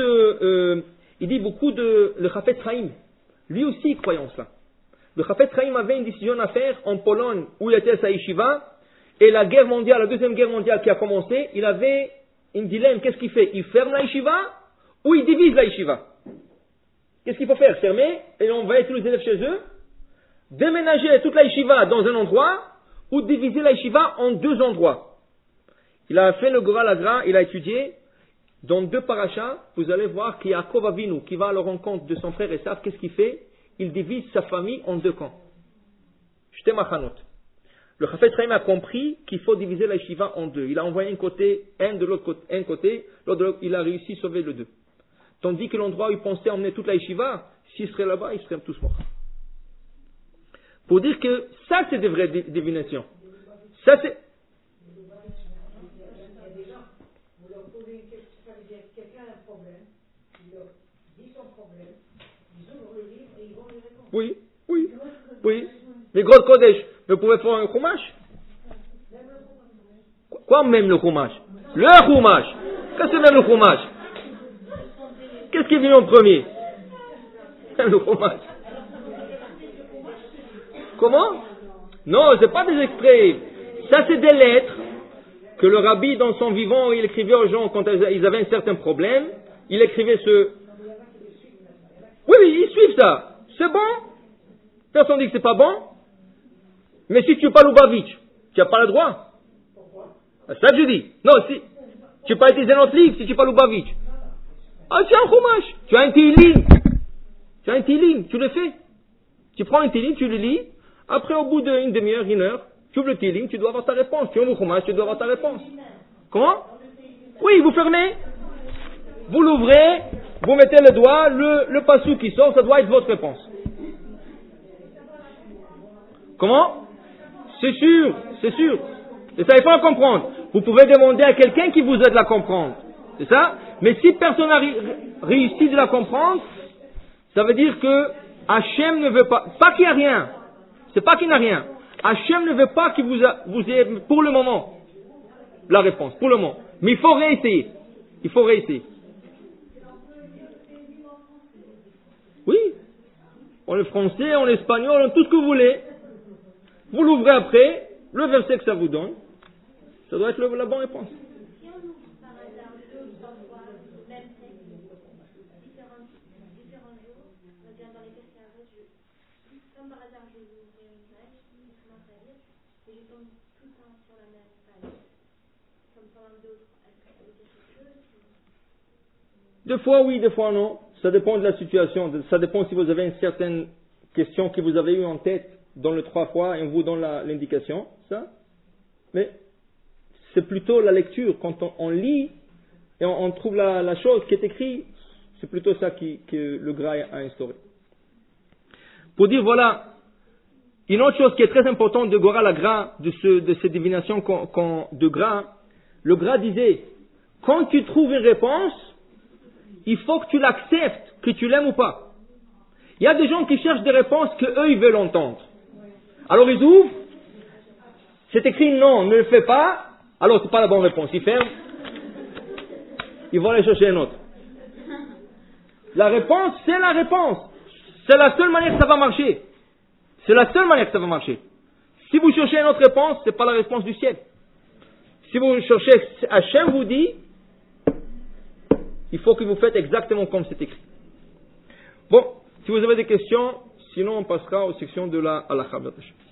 dit beaucoup de le Chafetz Chaim. Lui aussi il croyait en ça. Le Chafetz Chaim avait une décision à faire en Pologne où il était à sa yeshiva. Et la deuxième guerre mondiale qui a commencé, il avait un dilemme. Qu'est-ce qu'il fait? Il ferme la yeshiva ou il divise la yeshiva? Qu'est-ce qu'il faut faire? Fermer, et on va utiliser les élèves chez eux, déménager toute la yeshiva dans un endroit, ou diviser la yeshiva en deux endroits. Il a fait le Goral Agra, il a étudié, dans deux parachas, vous allez voir qu'il y a Yaakov Avinu qui va à la rencontre de son frère Esav. Qu'est-ce qu'il fait? Il divise sa famille en deux camps. Shte machanot. Le Chafetz Chaim a compris qu'il faut diviser la yeshiva en deux. Il a envoyé un de l'autre côté, l'autre de l'autre, il a réussi à sauver les deux. Tandis que l'endroit où il pensait emmener toute la yeshiva, s'il serait là-bas, ils seraient tous morts. Pour dire que ça, c'est des vraies divinations. Ça, c'est... Oui. Les gros Kodesh, vous pouvez faire un chumash? Quoi même le chumash? Le chumash. Qu'est-ce que c'est même le chumash? Qu'est-ce qui est venu en premier? Le chumash. Comment? Non, c'est pas des extraits. Ça, c'est des lettres que le rabbi, dans son vivant, il écrivait aux gens quand ils avaient un certain problème. Il écrivait ce... Oui, ils suivent ça. C'est bon. Personne ne dit que c'est pas bon. Mais si tu parles Lubavitch, tu n'as pas le droit. C'est ça que je dis. Non, si tu n'as pas utilisé notre livre, si tu parles Lubavitch. Ah, tu as un chumash. Tu as un tilim. Tu le fais. Tu prends un tilim, tu le lis. Après, au bout d'une demi-heure, une heure, tu ouvres le tilim, tu dois avoir ta réponse. Tu ouvres le chumash, tu dois avoir ta réponse. Comment? Oui, vous fermez. Vous l'ouvrez. Vous mettez le doigt. Le passou qui sort, ça doit être votre réponse. Comment? C'est sûr. Et ça, il faut en comprendre. Vous pouvez demander à quelqu'un qui vous aide à la comprendre. C'est ça? Mais si personne n'a réussi de la comprendre, ça veut dire que Hachem ne veut pas qu'il n'y a rien. C'est pas qu'il n'y a rien. Hachem ne veut pas que vous ayez, pour le moment, la réponse. Pour le moment. Mais il faut réessayer. Oui. En français, en espagnol, en tout ce que vous voulez. Vous l'ouvrez après, le verset que ça vous donne, ça doit être la bonne réponse. Si on ouvre par hasard 2 ou 3 fois le même texte, différents jours, on va dire dans lesquels c'est un vrai jeu. Comme par hasard je ouvre une page, je commence à lire, et je tombe tout le temps sur la même page. Comme sur l'un d'autre, est-ce que ça veut dire quelque chose? Des fois oui, des fois non. Ça dépend de la situation. Ça dépend si vous avez une certaine question que vous avez eue en tête dans le 3 fois et on vous donne l'indication, ça. Mais c'est plutôt la lecture. Quand on lit et on trouve la chose qui est écrite, c'est plutôt ça que le Gra a instauré. Pour dire, voilà, une autre chose qui est très importante de Goral Agra, de ces divinations de Gra, le Gra disait, quand tu trouves une réponse, il faut que tu l'acceptes, que tu l'aimes ou pas. Il y a des gens qui cherchent des réponses qu'eux ils veulent entendre. Alors ils ouvrent, c'est écrit non, ne le fais pas, alors c'est pas la bonne réponse. Ils ferment, ils vont aller chercher un autre. La réponse, c'est la réponse. C'est la seule manière que ça va marcher. Si vous cherchez une autre réponse, c'est pas la réponse du ciel. Si vous cherchez, Hachem vous dit, il faut que vous faites exactement comme c'est écrit. Bon, si vous avez des questions, sinon on passera aux sections de la halakha.